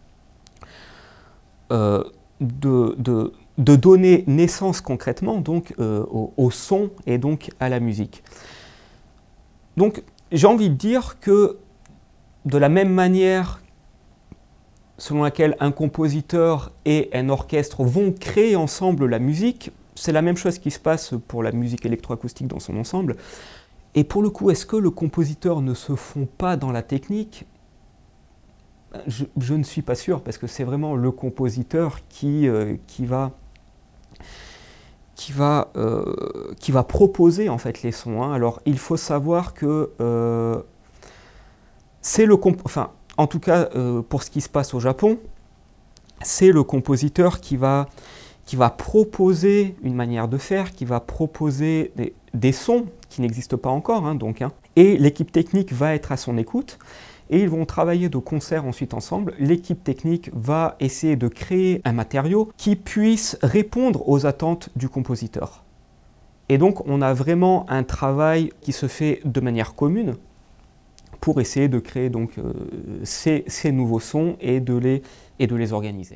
[SPEAKER 2] euh, De, de, de donner naissance concrètement donc, euh, au, au son et donc à la musique. Donc j'ai envie de dire que de la même manière selon laquelle un compositeur et un orchestre vont créer ensemble la musique, c'est la même chose qui se passe pour la musique électroacoustique dans son ensemble. Et pour le coup, est-ce que le compositeur ne se fond pas dans la technique ? Je, je ne suis pas sûr, parce que c'est vraiment le compositeur qui, euh, qui, va, qui, va, euh, qui va proposer en fait les sons. Hein. Alors il faut savoir que euh, c'est le comp- enfin, en tout cas euh, pour ce qui se passe au Japon, c'est le compositeur qui va, qui va proposer une manière de faire, qui va proposer des, des sons qui n'existent pas encore, hein, donc, hein, et l'équipe technique va être à son écoute. Et ils vont travailler de concert ensuite ensemble. L'équipe technique va essayer de créer un matériau qui puisse répondre aux attentes du compositeur. Et donc on a vraiment un travail qui se fait de manière commune pour essayer de créer donc, euh, ces, ces nouveaux sons et de les, et de les organiser.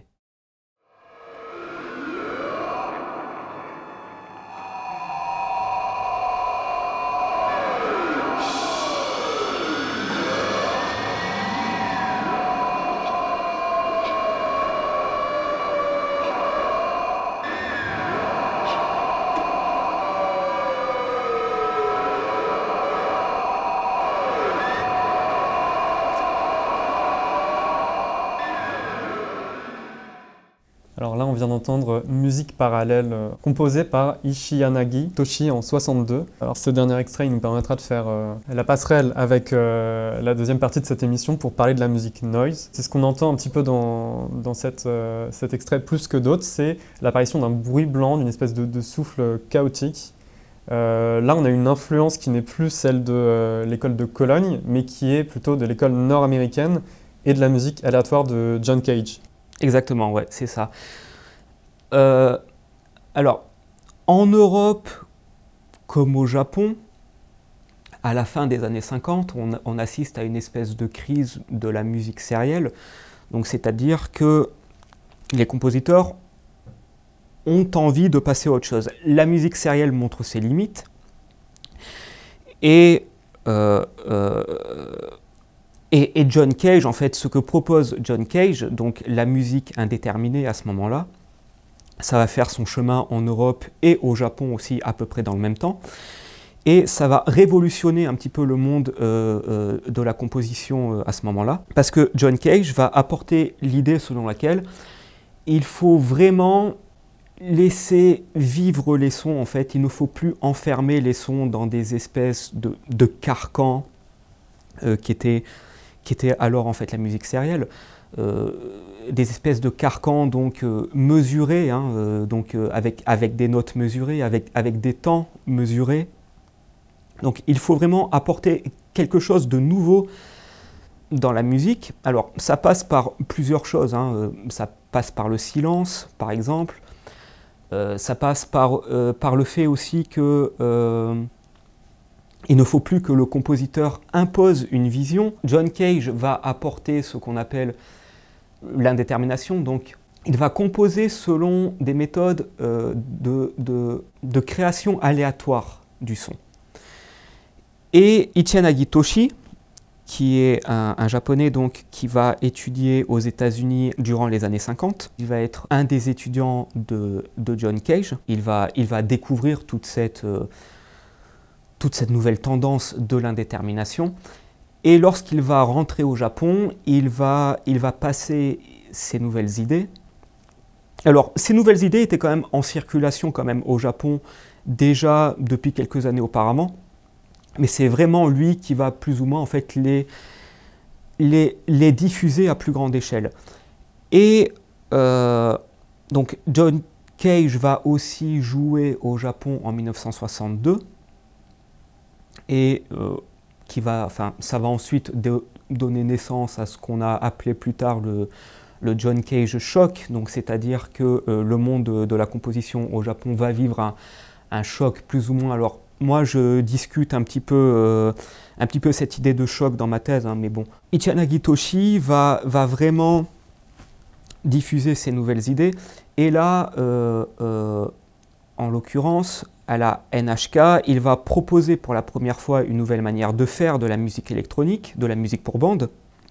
[SPEAKER 3] Alors là, on vient d'entendre Musique parallèle, euh, composée par Ichiyanagi Toshi en soixante-deux. Alors ce dernier extrait, il nous permettra de faire euh, la passerelle avec euh, la deuxième partie de cette émission pour parler de la musique noise. C'est ce qu'on entend un petit peu dans, dans cette, euh, cet extrait plus que d'autres, c'est l'apparition d'un bruit blanc, d'une espèce de, de souffle chaotique. Euh, là, on a une influence qui n'est plus celle de euh, l'école de Cologne, mais qui est plutôt de l'école nord-américaine, et de la musique aléatoire de John Cage.
[SPEAKER 2] Exactement, ouais, c'est ça. Euh, alors, en Europe, comme au Japon, à la fin des années cinquante, on, on assiste à une espèce de crise de la musique sérielle. Donc, c'est-à-dire que les compositeurs ont envie de passer à autre chose. La musique sérielle montre ses limites. Et, euh, euh, et, et John Cage, en fait, ce que propose John Cage, donc la musique indéterminée à ce moment-là, ça va faire son chemin en Europe et au Japon aussi à peu près dans le même temps. Et ça va révolutionner un petit peu le monde euh, euh, de la composition euh, à ce moment-là. Parce que John Cage va apporter l'idée selon laquelle il faut vraiment laisser vivre les sons, en fait. Il ne faut plus enfermer les sons dans des espèces de, de carcans euh, qui, étaient, qui étaient alors en fait la musique sérielle. Euh, des espèces de carcans donc euh, mesurés, hein, euh, donc, euh, avec, avec des notes mesurées, avec, avec des temps mesurés. Donc il faut vraiment apporter quelque chose de nouveau dans la musique. Alors ça passe par plusieurs choses, hein. Ça passe par le silence par exemple, euh, ça passe par, euh, par le fait aussi que euh, il ne faut plus que le compositeur impose une vision. John Cage va apporter ce qu'on appelle l'indétermination, donc il va composer selon des méthodes euh, de, de, de création aléatoire du son. Et Ichanagi Toshi, qui est un, un japonais donc, qui va étudier aux États-Unis durant les années cinquante, il va être un des étudiants de, de John Cage. Il va, il va découvrir toute cette, euh, toute cette nouvelle tendance de l'indétermination. Et lorsqu'il va rentrer au Japon, il va, il va passer ces nouvelles idées. Alors, ces nouvelles idées étaient quand même en circulation quand même au Japon déjà depuis quelques années auparavant. Mais c'est vraiment lui qui va plus ou moins en fait les, les, les diffuser à plus grande échelle. Et euh, donc John Cage va aussi jouer au Japon en mille neuf cent soixante-deux et euh, qui va, enfin, ça va ensuite de, donner naissance à ce qu'on a appelé plus tard le, le John Cage Shock, donc c'est-à-dire que euh, le monde de, de la composition au Japon va vivre un, un choc plus ou moins. Alors moi, je discute un petit peu, euh, un petit peu cette idée de choc dans ma thèse, hein, mais bon. Ichanagi Toshi va, va vraiment diffuser ces nouvelles idées. Et là, euh, euh, en l'occurrence, à la N H K, il va proposer pour la première fois une nouvelle manière de faire de la musique électronique, de la musique pour bande.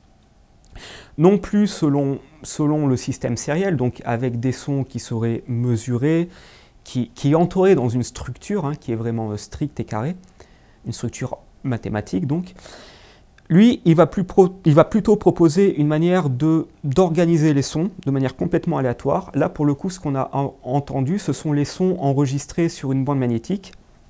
[SPEAKER 2] Non plus selon, selon le système sériel, donc avec des sons qui seraient mesurés, Qui, qui est entouré dans une structure hein, qui est vraiment stricte et carrée, une structure mathématique donc. Lui, il va, plus pro, il va plutôt proposer une manière de, d'organiser les sons de manière complètement aléatoire. Là, pour le coup, ce qu'on a en, entendu, ce sont les sons enregistrés sur une bande magnétique.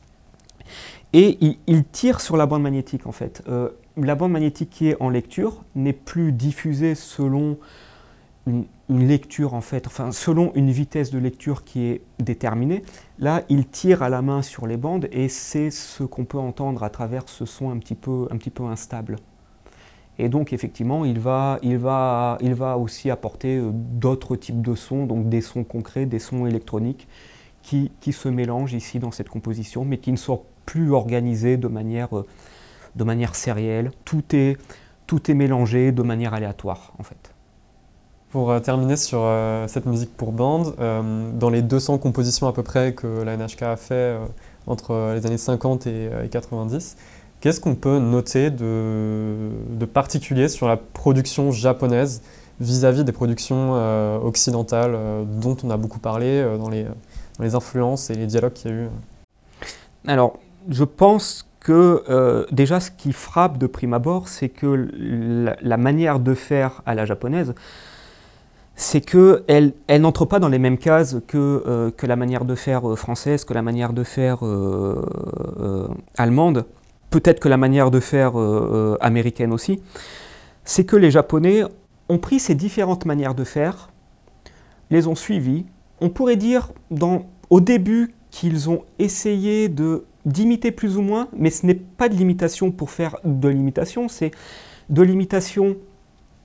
[SPEAKER 2] Et il, il tire sur la bande magnétique, en fait. Euh, la bande magnétique qui est en lecture n'est plus diffusée selon Une, une lecture en fait, enfin selon une vitesse de lecture qui est déterminée. Là, il tire à la main sur les bandes et c'est ce qu'on peut entendre à travers ce son un petit peu, un petit peu instable. Et donc effectivement, il va, il va, il va aussi apporter d'autres types de sons, donc des sons concrets, des sons électroniques qui, qui se mélangent ici dans cette composition, mais qui ne sont plus organisés de manière, de manière sérielle. Tout est, tout est mélangé de manière aléatoire en fait.
[SPEAKER 3] Pour euh, terminer sur euh, cette musique pour bande, euh, dans les deux cents compositions à peu près que la N H K a fait euh, entre euh, les années cinquante et, euh, et quatre-vingt-dix, qu'est-ce qu'on peut noter de, de particulier sur la production japonaise vis-à-vis des productions euh, occidentales euh, dont on a beaucoup parlé euh, dans, les, dans les influences et les dialogues qu'il y a eu?
[SPEAKER 2] Alors, je pense que euh, déjà ce qui frappe de prime abord, c'est que la, la manière de faire à la japonaise, c'est qu'elle elle n'entre pas dans les mêmes cases que, euh, que la manière de faire euh, française, que la manière de faire euh, euh, allemande, peut-être que la manière de faire euh, américaine aussi. C'est que les Japonais ont pris ces différentes manières de faire, les ont suivies. On pourrait dire dans, au début qu'ils ont essayé de, d'imiter plus ou moins, mais ce n'est pas de l'imitation pour faire de l'imitation, c'est de l'imitation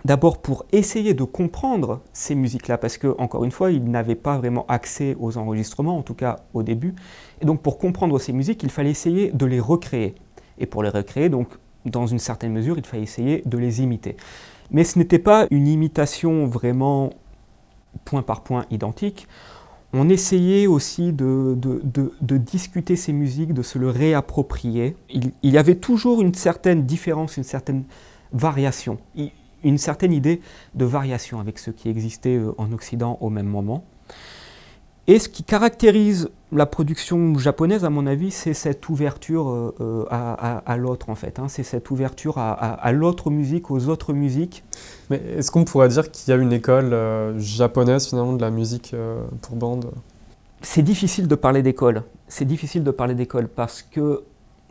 [SPEAKER 2] d'abord pour essayer de comprendre ces musiques-là, parce que, encore une fois, ils n'avaient pas vraiment accès aux enregistrements, en tout cas au début. Et donc pour comprendre ces musiques, il fallait essayer de les recréer. Et pour les recréer, donc, dans une certaine mesure, il fallait essayer de les imiter. Mais ce n'était pas une imitation vraiment point par point identique. On essayait aussi de, de, de, de discuter ces musiques, de se le réapproprier. Il, il y avait toujours une certaine différence, une certaine variation, une certaine idée de variation avec ce qui existait en Occident au même moment. Et ce qui caractérise la production japonaise, à mon avis, c'est cette ouverture euh, à, à, à l'autre, en fait. Hein. C'est cette ouverture à, à, à l'autre musique, aux autres musiques.
[SPEAKER 3] Mais est-ce qu'on pourrait dire qu'il y a une école euh, japonaise, finalement, de la musique euh, pour bande ?
[SPEAKER 2] C'est difficile de parler d'école. C'est difficile de parler d'école parce que...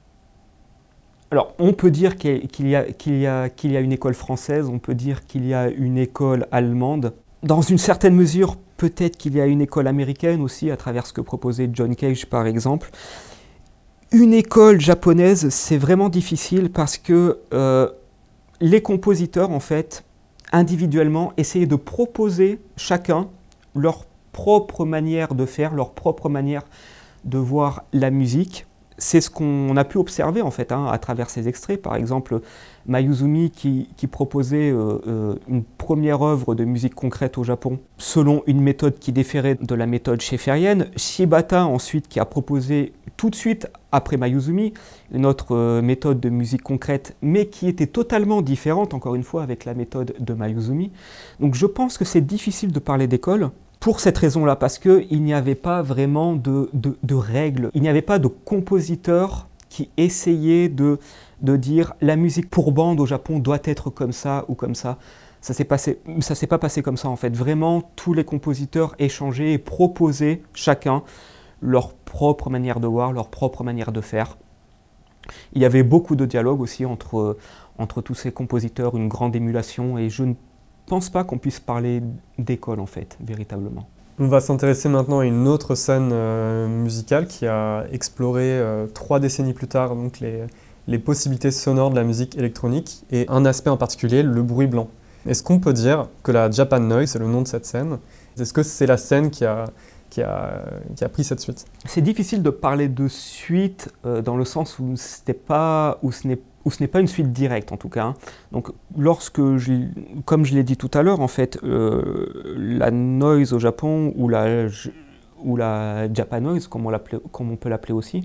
[SPEAKER 2] Alors, on peut dire qu'il y a, qu'il y a, qu'il y a une école française, on peut dire qu'il y a une école allemande. Dans une certaine mesure, peut-être qu'il y a une école américaine aussi, à travers ce que proposait John Cage, par exemple. Une école japonaise, c'est vraiment difficile parce que euh, les compositeurs, en fait, individuellement, essayaient de proposer chacun leur propre manière de faire, leur propre manière de voir la musique. C'est ce qu'on a pu observer en fait hein, à travers ces extraits. Par exemple, Mayuzumi qui, qui proposait euh, euh, une première œuvre de musique concrète au Japon selon une méthode qui différait de la méthode schaefferienne. Shibata ensuite qui a proposé tout de suite après Mayuzumi une autre euh, méthode de musique concrète mais qui était totalement différente encore une fois avec la méthode de Mayuzumi. Donc je pense que c'est difficile de parler d'école. Pour cette raison-là, parce qu'il n'y avait pas vraiment de, de, de règles, il n'y avait pas de compositeur qui essayait de, de dire la musique pour bande au Japon doit être comme ça ou comme ça. Ça s'est passé, ça s'est pas passé comme ça en fait. Vraiment, tous les compositeurs échangeaient et proposaient chacun leur propre manière de voir, leur propre manière de faire. Il y avait beaucoup de dialogue aussi entre, entre tous ces compositeurs, une grande émulation et je ne Je ne pense pas qu'on puisse parler d'école en fait, véritablement.
[SPEAKER 3] On va s'intéresser maintenant à une autre scène euh, musicale qui a exploré euh, trois décennies plus tard donc les, les possibilités sonores de la musique électronique et un aspect en particulier, le bruit blanc. Est-ce qu'on peut dire que la Japan Noise, c'est le nom de cette scène, est-ce que c'est la scène qui a, qui a, qui a pris cette suite ?
[SPEAKER 2] C'est difficile de parler de suite euh, dans le sens où, c'était pas, où ce n'est pas où ce n'est pas une suite directe en tout cas. Donc, lorsque, je, comme je l'ai dit tout à l'heure, en fait, euh, la noise au Japon, ou la, ou la Japanoise, comme on, comme on peut l'appeler aussi,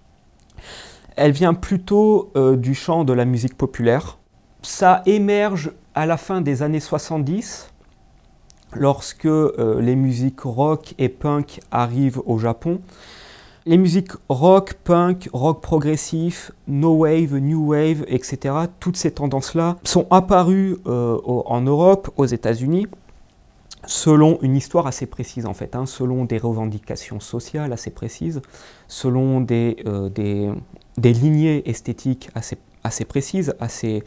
[SPEAKER 2] elle vient plutôt euh, du champ de la musique populaire. Ça émerge à la fin des années soixante-dix, lorsque euh, les musiques rock et punk arrivent au Japon. Les musiques rock, punk, rock progressif, no wave, new wave, et cetera, toutes ces tendances-là sont apparues euh, en Europe, aux États-Unis, selon une histoire assez précise en fait, hein, selon des revendications sociales assez précises, selon des, euh, des, des lignées esthétiques assez, assez précises, assez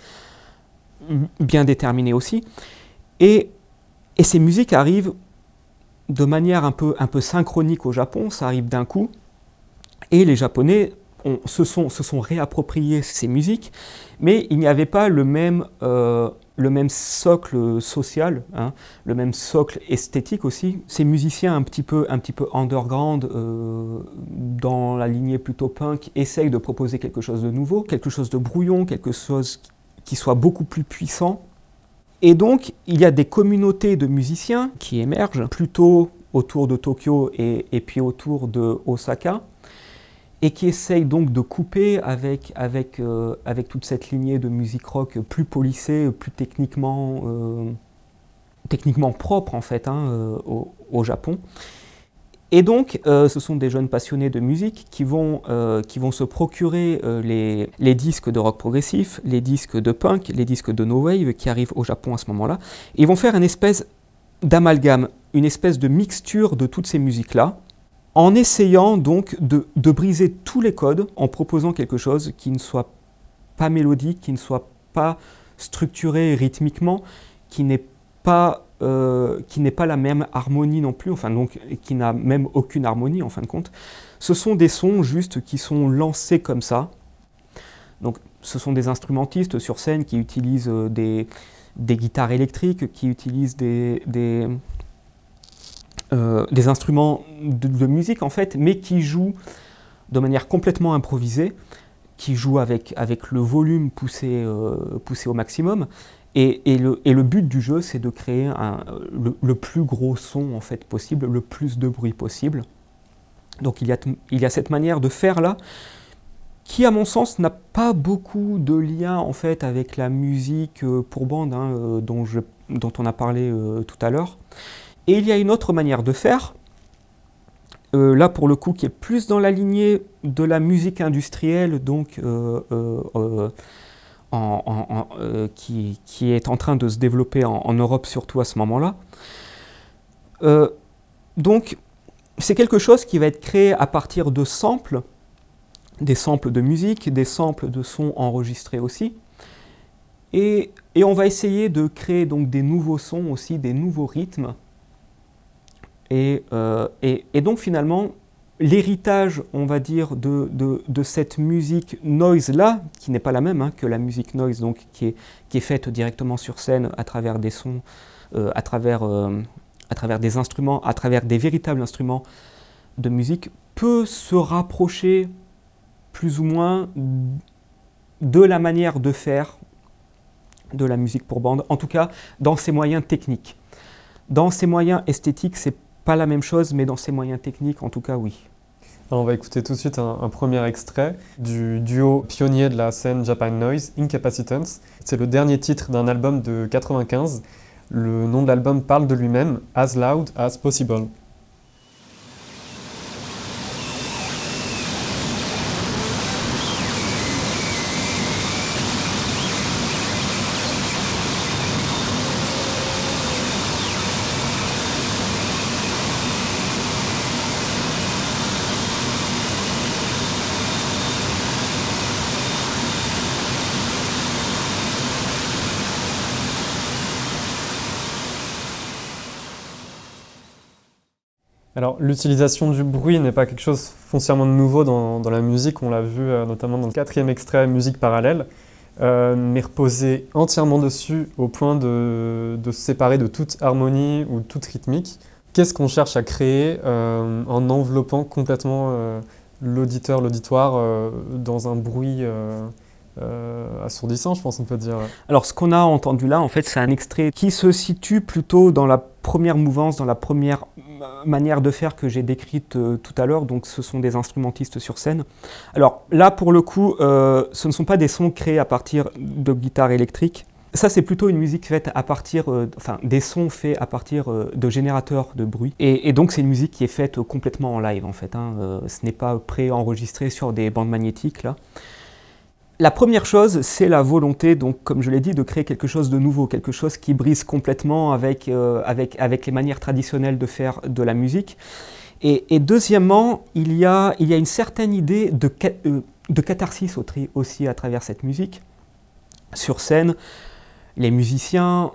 [SPEAKER 2] bien déterminées aussi. Et, et ces musiques arrivent de manière un peu, un peu synchronique au Japon, ça arrive d'un coup. Et les Japonais ont, se, sont, se sont réappropriés ces musiques, mais il n'y avait pas le même, euh, le même socle social, hein, le même socle esthétique aussi. Ces musiciens un petit peu, un petit peu underground, euh, dans la lignée plutôt punk, essayent de proposer quelque chose de nouveau, quelque chose de brouillon, quelque chose qui soit beaucoup plus puissant. Et donc, il y a des communautés de musiciens qui émergent plutôt autour de Tokyo et, et puis autour de Osaka, et qui essaye donc de couper avec, avec, euh, avec toute cette lignée de musique rock plus polissée, plus techniquement, euh, techniquement propre en fait hein, euh, au, au Japon. Et donc, euh, ce sont des jeunes passionnés de musique qui vont, euh, qui vont se procurer euh, les, les disques de rock progressif, les disques de punk, les disques de no wave qui arrivent au Japon à ce moment-là. Et ils vont faire une espèce d'amalgame, une espèce de mixture de toutes ces musiques-là, en essayant donc de, de briser tous les codes, en proposant quelque chose qui ne soit pas mélodique, qui ne soit pas structuré rythmiquement, qui n'est pas, euh, qui n'est pas la même harmonie non plus, enfin donc qui n'a même aucune harmonie en fin de compte. Ce sont des sons juste qui sont lancés comme ça. Donc ce sont des instrumentistes sur scène qui utilisent des, des guitares électriques, qui utilisent des, des, euh, des instruments de, de musique en fait, mais qui jouent de manière complètement improvisée, qui jouent avec, avec le volume poussé, euh, poussé au maximum. Et, et, le, et le but du jeu, c'est de créer un, le, le plus gros son en fait, possible, le plus de bruit possible. Donc il y a, il y a cette manière de faire là, qui à mon sens n'a pas beaucoup de lien en fait avec la musique euh, pour bande hein, euh, dont, je, dont on a parlé euh, tout à l'heure. Et il y a une autre manière de faire, euh, là pour le coup qui est plus dans la lignée de la musique industrielle, donc euh, euh, euh, en, en, en, euh, qui, qui est en train de se développer en, en Europe surtout à ce moment-là. Euh, donc c'est quelque chose qui va être créé à partir de samples, des samples de musique, des samples de sons enregistrés aussi. Et, et on va essayer de créer donc des nouveaux sons aussi, des nouveaux rythmes. Et, euh, et, et donc finalement, l'héritage, on va dire, de, de, de cette musique noise-là, qui n'est pas la même hein, que la musique noise, donc, qui, est, qui est faite directement sur scène à travers des sons, euh, à, travers, euh, à travers des instruments, à travers des véritables instruments de musique, peut se rapprocher plus ou moins de la manière de faire de la musique pour bande, en tout cas dans ses moyens techniques. Dans ses moyens esthétiques, c'est pas la même chose, mais dans ses moyens techniques, en tout cas, oui.
[SPEAKER 3] Alors on va écouter tout de suite un, un premier extrait du duo pionnier de la scène Japan Noise, Incapacitants. C'est le dernier titre d'un album de quatre-vingt-quinze. Le nom de l'album parle de lui-même, As Loud as Possible. Alors, l'utilisation du bruit n'est pas quelque chose foncièrement nouveau dans, dans la musique, on l'a vu euh, notamment dans le quatrième extrait, Musique parallèle, euh, mais reposer entièrement dessus au point de, de se séparer de toute harmonie ou toute rythmique. Qu'est-ce qu'on cherche à créer euh, en enveloppant complètement euh, l'auditeur, l'auditoire euh, dans un bruit euh, euh, assourdissant, je pense qu'on peut dire.
[SPEAKER 2] Alors, ce qu'on a entendu là, en fait, c'est un extrait qui se situe plutôt dans la première mouvance, dans la première manière de faire que j'ai décrite euh, tout à l'heure, donc ce sont des instrumentistes sur scène. Alors là, pour le coup, euh, ce ne sont pas des sons créés à partir de guitare électrique. Ça, c'est plutôt une musique faite à partir, euh, enfin, des sons faits à partir euh, de générateurs de bruit. Et, et donc, c'est une musique qui est faite complètement en live, en fait. Hein. Euh, ce n'est pas pré-enregistré sur des bandes magnétiques, là. La première chose, c'est la volonté, donc, comme je l'ai dit, de créer quelque chose de nouveau, quelque chose qui brise complètement avec, euh, avec, avec les manières traditionnelles de faire de la musique. Et, et deuxièmement, il y, a, il y a une certaine idée de, euh, de catharsis aussi à travers cette musique. Sur scène, les musiciens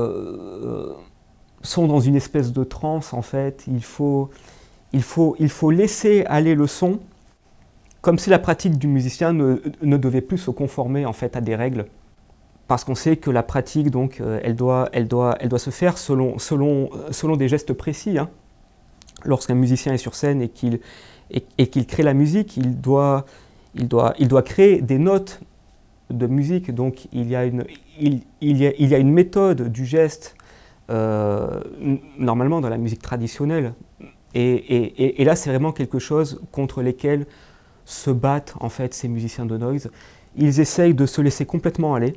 [SPEAKER 2] euh, sont dans une espèce de transe, en fait. Il faut, il faut, il faut laisser aller le son, comme si la pratique du musicien ne, ne devait plus se conformer en fait à des règles, parce qu'on sait que la pratique donc euh, elle doit, elle doit, elle doit se faire selon, selon, selon des gestes précis. Hein. Lorsqu'un musicien est sur scène et qu'il, et, et qu'il crée la musique, il doit, il doit, il doit créer des notes de musique. Donc il y a une, il, il y a, il y a une méthode du geste euh, normalement dans la musique traditionnelle. Et, et, et, et là, c'est vraiment quelque chose contre lesquels se battent en fait ces musiciens de noise. Ils essayent de se laisser complètement aller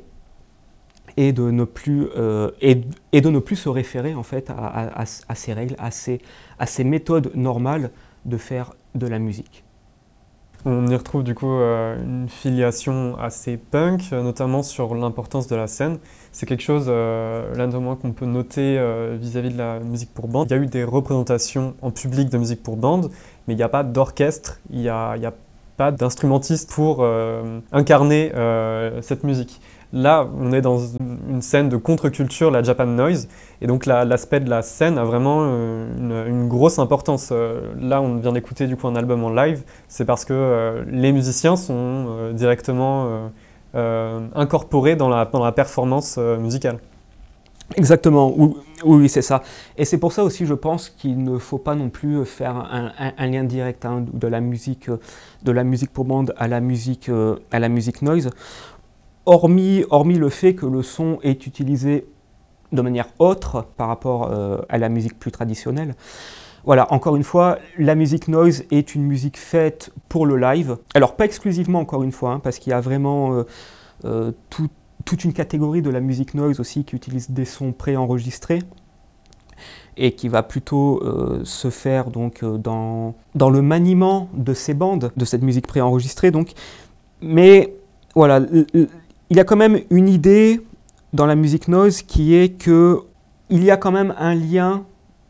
[SPEAKER 2] et de ne plus, euh, et, et de ne plus se référer en fait à, à, à, à ces règles, à ces, à ces méthodes normales de faire de la musique.
[SPEAKER 3] On y retrouve du coup euh, une filiation assez punk, euh, notamment sur l'importance de la scène. C'est quelque chose, euh, là notamment, qu'on peut noter euh, vis-à-vis de la musique pour bande. Il y a eu des représentations en public de musique pour bande, mais il n'y a pas d'orchestre, il n'y a, il y a pas d'instrumentiste pour euh, incarner euh, cette musique. Là, on est dans une scène de contre-culture, la Japan Noise, et donc la, l'aspect de la scène a vraiment euh, une, une grosse importance. Euh, là, on vient d'écouter du coup un album en live, c'est parce que euh, les musiciens sont euh, directement euh, euh, incorporés dans la, dans la performance euh, musicale.
[SPEAKER 2] Exactement, oui, oui, c'est ça. Et c'est pour ça aussi, je pense qu'il ne faut pas non plus faire un, un, un lien direct hein, de la musique, de la musique pour bande à la musique, euh, à la musique noise, hormis, hormis le fait que le son est utilisé de manière autre par rapport euh, à la musique plus traditionnelle. Voilà, encore une fois, la musique noise est une musique faite pour le live. Alors pas exclusivement, encore une fois, hein, parce qu'il y a vraiment euh, euh, tout toute une catégorie de la musique noise aussi qui utilise des sons préenregistrés et qui va plutôt euh, se faire donc, euh, dans, dans le maniement de ces bandes, de cette musique préenregistrée. Donc. Mais voilà, il y a quand même une idée dans la musique noise qui est qu'il y a quand même un lien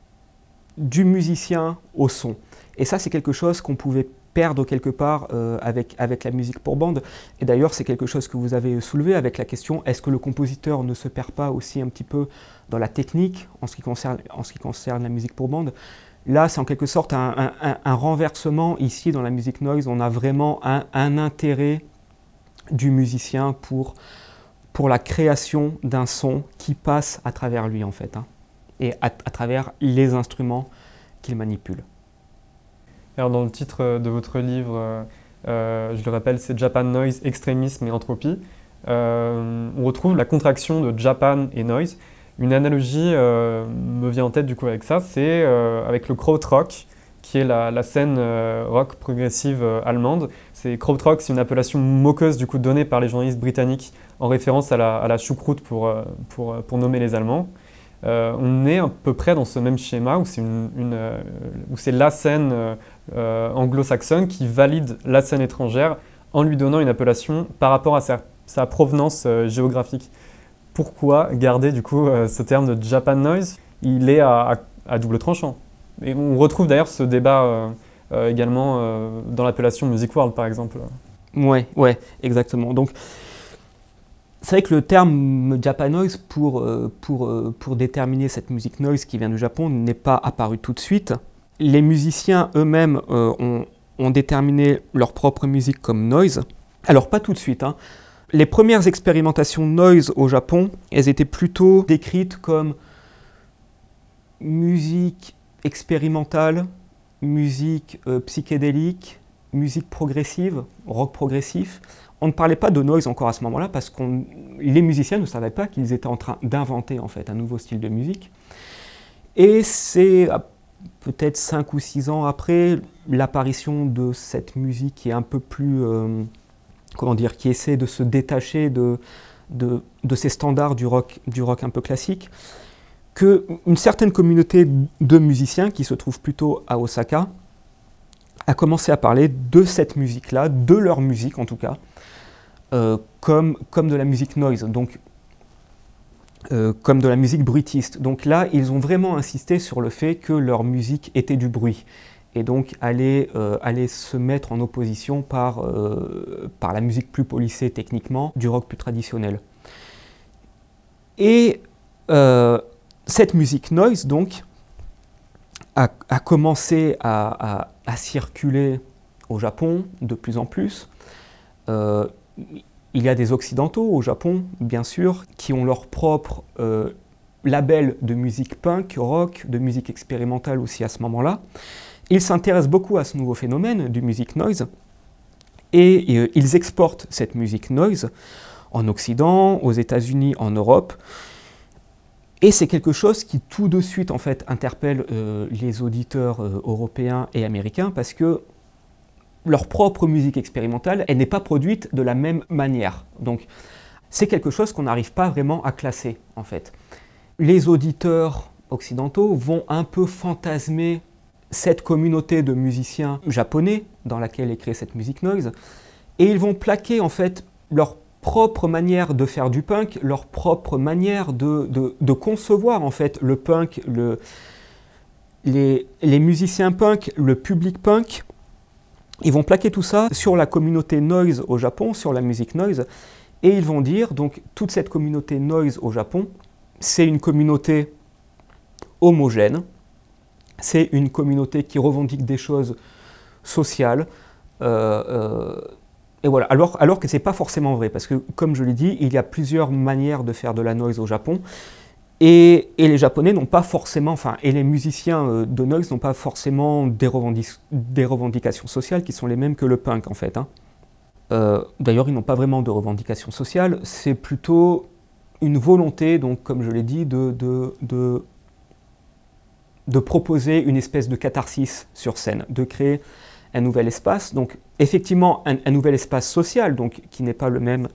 [SPEAKER 2] du musicien au son. Et ça, c'est quelque chose qu'on pouvait perdre quelque part euh, avec, avec la musique pour bande. Et d'ailleurs, c'est quelque chose que vous avez soulevé avec la question, est-ce que le compositeur ne se perd pas aussi un petit peu dans la technique en ce qui concerne, en ce qui concerne la musique pour bande? Là, c'est en quelque sorte un, un, un renversement. Ici, dans la musique noise, on a vraiment un, un intérêt du musicien pour, pour la création d'un son qui passe à travers lui, en fait, hein, et à, à travers les instruments qu'il manipule.
[SPEAKER 3] Alors dans le titre de votre livre, euh, je le rappelle, c'est Japan Noise, Extrémisme et Entropie. Euh, on retrouve la contraction de Japan et Noise. Une analogie euh, me vient en tête du coup avec ça, c'est euh, avec le krautrock, qui est la, la scène euh, rock progressive euh, allemande. C'est krautrock, c'est une appellation moqueuse du coup donnée par les journalistes britanniques en référence à la, à la choucroute pour, euh, pour, pour nommer les Allemands. Euh, on est à peu près dans ce même schéma où c'est, une, une, euh, où c'est la scène euh, anglo-saxonne qui valide la scène étrangère en lui donnant une appellation par rapport à sa, sa provenance euh, géographique. Pourquoi garder du coup euh, ce terme de Japan Noise? Il est à, à, à double tranchant. Et on retrouve d'ailleurs ce débat euh, euh, également euh, dans l'appellation Music World par exemple.
[SPEAKER 2] Ouais, ouais, exactement. Donc, c'est vrai que le terme Japan Noise, pour, pour, pour déterminer cette musique noise qui vient du Japon, n'est pas apparu tout de suite. Les musiciens eux-mêmes euh, ont, ont déterminé leur propre musique comme noise. Alors pas tout de suite. Hein. Les premières expérimentations noise au Japon, elles étaient plutôt décrites comme musique expérimentale, musique euh, psychédélique, musique progressive, rock progressif. On ne parlait pas de noise encore à ce moment-là parce que les musiciens ne savaient pas qu'ils étaient en train d'inventer en fait un nouveau style de musique. Et c'est peut-être cinq ou six ans après l'apparition de cette musique qui est un peu plus, euh, comment dire, qui essaie de se détacher de, de, de ces standards du rock, du rock un peu classique, qu'une certaine communauté de musiciens qui se trouve plutôt à Osaka a commencé à parler de cette musique-là, de leur musique en tout cas, euh, comme, comme de la musique noise, donc euh, comme de la musique bruitiste. Donc là, ils ont vraiment insisté sur le fait que leur musique était du bruit, et donc allait, euh, allait se mettre en opposition par, euh, par la musique plus policée techniquement, du rock plus traditionnel. Et euh, cette musique noise, donc, a, a commencé à, à, à circuler au Japon de plus en plus. Euh, il y a des Occidentaux au Japon, bien sûr, qui ont leur propre euh, label de musique punk, rock, de musique expérimentale aussi à ce moment-là. Ils s'intéressent beaucoup à ce nouveau phénomène du music noise et euh, ils exportent cette musique noise en Occident, aux États-Unis, en Europe. Et c'est quelque chose qui tout de suite en fait interpelle euh, les auditeurs euh, européens et américains parce que leur propre musique expérimentale, elle n'est pas produite de la même manière. Donc c'est quelque chose qu'on n'arrive pas vraiment à classer en fait. Les auditeurs occidentaux vont un peu fantasmer cette communauté de musiciens japonais dans laquelle est créée cette musique noise et ils vont plaquer en fait leur propre manière de faire du punk, leur propre manière de, de, de concevoir en fait le punk, le, les, les musiciens punk, le public punk. Ils vont plaquer tout ça sur la communauté noise au Japon, sur la musique noise, et ils vont dire, donc toute cette communauté noise au Japon, c'est une communauté homogène, c'est une communauté qui revendique des choses sociales, euh, euh, et voilà, alors, alors que ce n'est pas forcément vrai, parce que comme je l'ai dit, il y a plusieurs manières de faire de la noise au Japon. Et, et les Japonais n'ont pas forcément, enfin, et les musiciens euh, de noise n'ont pas forcément des, revendic- des revendications sociales qui sont les mêmes que le punk en fait. Hein. Euh, d'ailleurs, ils n'ont pas vraiment de revendications sociales, c'est plutôt une volonté, donc comme je l'ai dit, de, de, de, de proposer une espèce de catharsis sur scène, de créer un nouvel espace, donc effectivement un, un nouvel espace social, donc qui n'est pas le même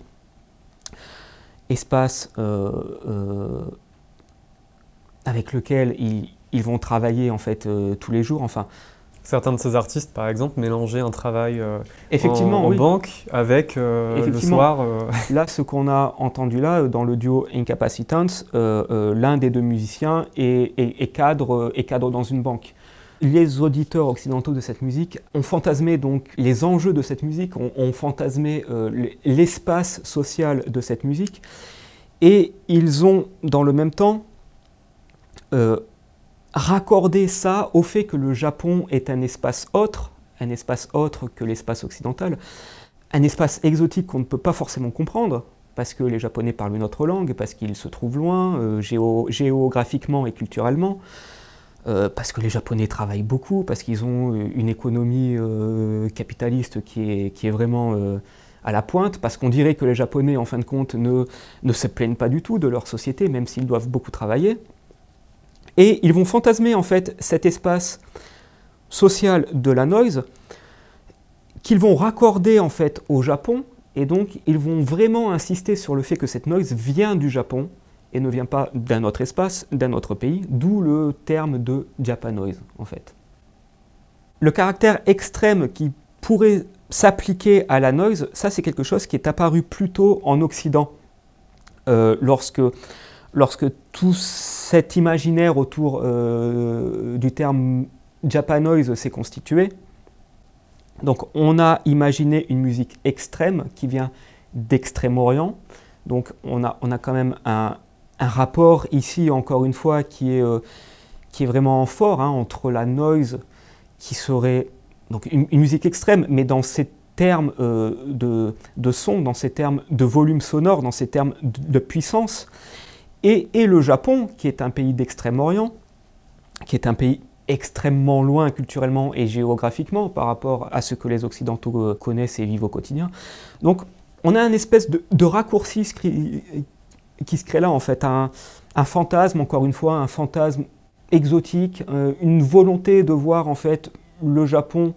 [SPEAKER 2] espace euh, euh, avec lequel ils, ils vont travailler en fait euh, tous les jours. Enfin,
[SPEAKER 3] certains de ces artistes, par exemple, mélanger un travail euh,
[SPEAKER 2] effectivement,
[SPEAKER 3] en, en
[SPEAKER 2] oui.
[SPEAKER 3] banque avec euh,
[SPEAKER 2] effectivement.
[SPEAKER 3] le soir. Euh...
[SPEAKER 2] Là, ce qu'on a entendu là dans le duo Incapacitants, euh, euh, l'un des deux musiciens est, est, est, cadre, est cadre dans une banque. Les auditeurs occidentaux de cette musique ont fantasmé donc les enjeux de cette musique, ont, ont fantasmé euh, l'espace social de cette musique, et ils ont dans le même temps euh, raccordé ça au fait que le Japon est un espace autre, un espace autre que l'espace occidental, un espace exotique qu'on ne peut pas forcément comprendre, parce que les Japonais parlent une autre langue, parce qu'ils se trouvent loin, euh, géo, géographiquement et culturellement. Euh, parce que les Japonais travaillent beaucoup, parce qu'ils ont une économie euh, capitaliste qui est, qui est vraiment euh, à la pointe, parce qu'on dirait que les Japonais, en fin de compte, ne, ne se plaignent pas du tout de leur société, même s'ils doivent beaucoup travailler. Et ils vont fantasmer, en fait, cet espace social de la noise qu'ils vont raccorder, en fait, au Japon, et donc ils vont vraiment insister sur le fait que cette noise vient du Japon, et ne vient pas d'un autre espace, d'un autre pays, d'où le terme de Japanoise, en fait. Le caractère extrême qui pourrait s'appliquer à la noise, ça c'est quelque chose qui est apparu plutôt en Occident, euh, lorsque, lorsque tout cet imaginaire autour euh, du terme Japanoise s'est constitué. Donc on a imaginé une musique extrême qui vient d'Extrême-Orient, donc on a, on a quand même un Un rapport ici, encore une fois, qui est, euh, qui est vraiment fort hein, entre la noise, qui serait donc une, une musique extrême, mais dans ces termes euh, de, de son, dans ces termes de volume sonore, dans ces termes de, de puissance, et, et le Japon, qui est un pays d'Extrême-Orient, qui est un pays extrêmement loin culturellement et géographiquement par rapport à ce que les Occidentaux connaissent et vivent au quotidien. Donc, on a une espèce de, de raccourci qui se crée là, en fait, un, un fantasme, encore une fois, un fantasme exotique, euh, une volonté de voir, en fait, le Japon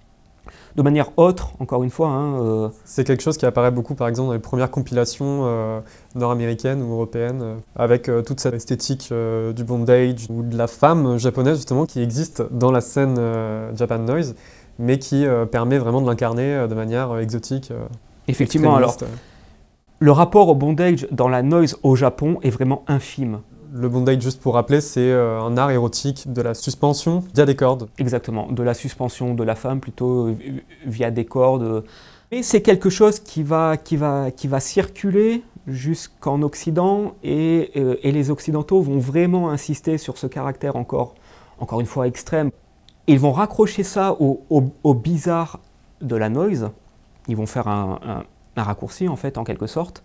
[SPEAKER 2] de manière autre, encore une fois. Hein, euh.
[SPEAKER 3] C'est quelque chose qui apparaît beaucoup, par exemple, dans les premières compilations euh, nord-américaines ou européennes, euh, avec euh, toute cette esthétique euh, du bondage ou de la femme japonaise, justement, qui existe dans la scène euh, Japan Noise, mais qui euh, permet vraiment de l'incarner euh, de manière euh, exotique. Euh,
[SPEAKER 2] Effectivement, alors... Le rapport au bondage dans la noise au Japon est vraiment infime.
[SPEAKER 3] Le bondage, juste pour rappeler, c'est euh, un art érotique de la suspension via des cordes.
[SPEAKER 2] Exactement, de la suspension de la femme plutôt euh, via des cordes. Et c'est quelque chose qui va, qui va, qui va circuler jusqu'en Occident et, euh, et les Occidentaux vont vraiment insister sur ce caractère encore, encore une fois extrême. Ils vont raccrocher ça au, au, au bizarre de la noise. Ils vont faire un... un un raccourci en fait en quelque sorte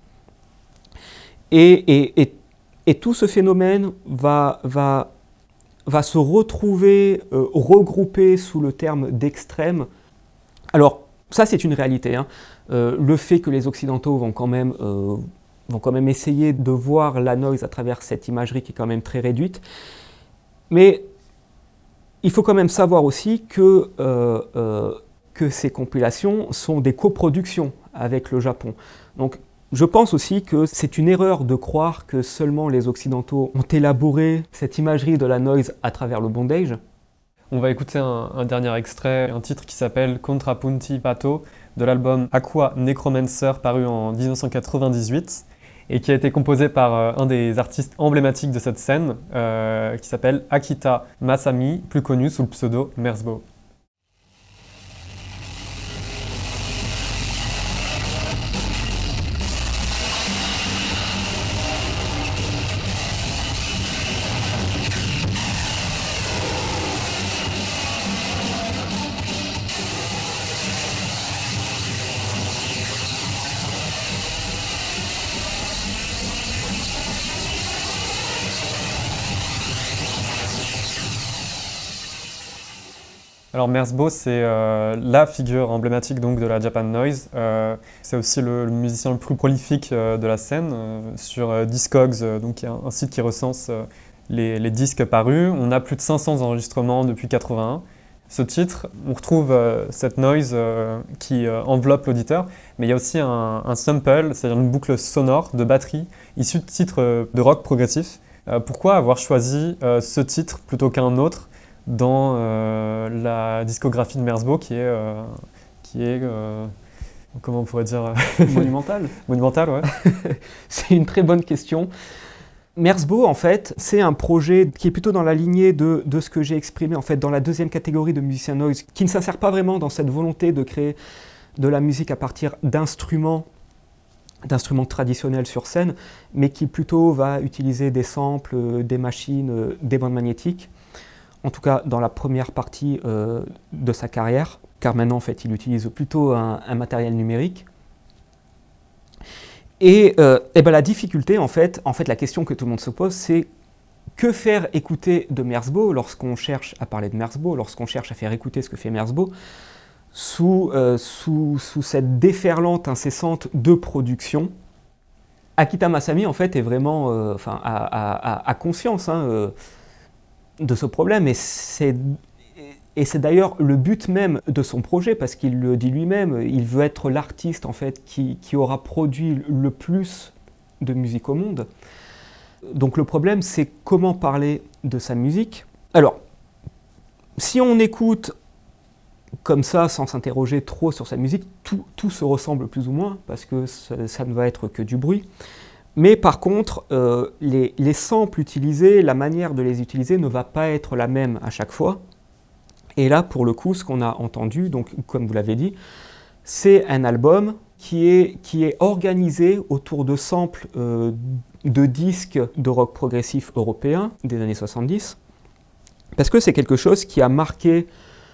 [SPEAKER 2] et, et, et, et tout ce phénomène va, va, va se retrouver euh, regroupé sous le terme d'extrême. Alors ça c'est une réalité hein. euh, le fait que les Occidentaux vont quand même euh, vont quand même essayer de voir la noise à travers cette imagerie qui est quand même très réduite, mais il faut quand même savoir aussi que euh, euh, que ces compilations sont des coproductions avec le Japon. Donc je pense aussi que c'est une erreur de croire que seulement les Occidentaux ont élaboré cette imagerie de la noise à travers le bondage.
[SPEAKER 3] On va écouter un, un dernier extrait, un titre qui s'appelle Contrapunti Pato de l'album Aqua Necromancer paru en dix-neuf cent quatre-vingt-dix-huit et qui a été composé par euh, un des artistes emblématiques de cette scène euh, qui s'appelle Akita Masami, plus connu sous le pseudo Merzbow. Alors Merzbow, c'est euh, la figure emblématique donc, de la Japan Noise. Euh, c'est aussi le, le musicien le plus prolifique euh, de la scène. Euh, sur euh, Discogs, euh, donc, il y a un, un site qui recense euh, les, les disques parus. On a plus de cinq cents enregistrements depuis quatre-vingt-un. Ce titre, on retrouve euh, cette noise euh, qui euh, enveloppe l'auditeur, mais il y a aussi un, un sample, c'est-à-dire une boucle sonore de batterie issue de titres euh, de rock progressif. Euh, pourquoi avoir choisi euh, ce titre plutôt qu'un autre dans euh, la discographie de Merzbow qui est, euh, qui est euh, comment on pourrait dire
[SPEAKER 2] Monumental.
[SPEAKER 3] Monumental, ouais.
[SPEAKER 2] C'est une très bonne question. Merzbow, en fait, c'est un projet qui est plutôt dans la lignée de, de ce que j'ai exprimé en fait, dans la deuxième catégorie de musiciens noise, qui ne s'insère pas vraiment dans cette volonté de créer de la musique à partir d'instruments, d'instruments traditionnels sur scène, mais qui plutôt va utiliser des samples, des machines, des bandes magnétiques, en tout cas dans la première partie euh, de sa carrière, car maintenant, en fait, il utilise plutôt un, un matériel numérique. Et, euh, et ben la difficulté, en fait, en fait, la question que tout le monde se pose, c'est que faire écouter de Merzbow lorsqu'on cherche à parler de Merzbow, lorsqu'on cherche à faire écouter ce que fait Merzbow, sous, euh, sous, sous cette déferlante incessante de production. Akita Masami, en fait, est vraiment, euh, enfin, a, a, a conscience hein, euh, de ce problème, et c'est Et c'est d'ailleurs le but même de son projet, parce qu'il le dit lui-même, il veut être l'artiste en fait, qui, qui aura produit le plus de musique au monde. Donc le problème, c'est comment parler de sa musique. Alors, si on écoute comme ça, sans s'interroger trop sur sa musique, tout, tout se ressemble plus ou moins, parce que ça, ça ne va être que du bruit. Mais par contre, euh, les, les samples utilisés, la manière de les utiliser ne va pas être la même à chaque fois. Et là, pour le coup, ce qu'on a entendu, donc, comme vous l'avez dit, c'est un album qui est, qui est organisé autour de samples euh, de disques de rock progressif européen des années soixante-dix, parce que c'est quelque chose qui a marqué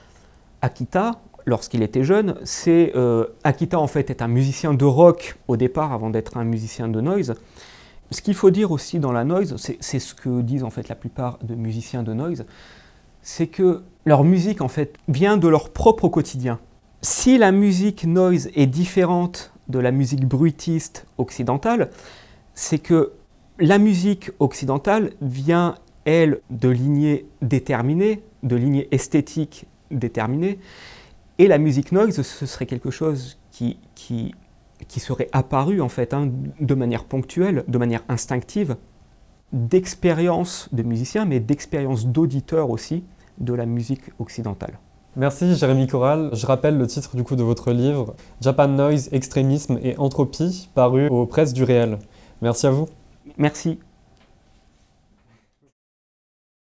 [SPEAKER 2] Akita lorsqu'il était jeune. C'est, euh, Akita, en fait, est un musicien de rock au départ, avant d'être un musicien de noise. Ce qu'il faut dire aussi dans la noise, c'est, c'est ce que disent en fait la plupart de musiciens de noise, c'est que leur musique en fait vient de leur propre quotidien. Si la musique noise est différente de la musique bruitiste occidentale, c'est que la musique occidentale vient, elle, de lignées déterminées, de lignées esthétiques déterminées, et la musique noise, ce serait quelque chose qui, qui, qui serait apparu en fait, hein, de manière ponctuelle, de manière instinctive, d'expérience de musicien, mais d'expérience d'auditeur aussi de la musique occidentale.
[SPEAKER 3] Merci Jérémy Corral. Je rappelle le titre du coup de votre livre, Japan Noise, Extrémisme et Entropie, paru aux Presses du Réel. Merci à vous.
[SPEAKER 2] Merci.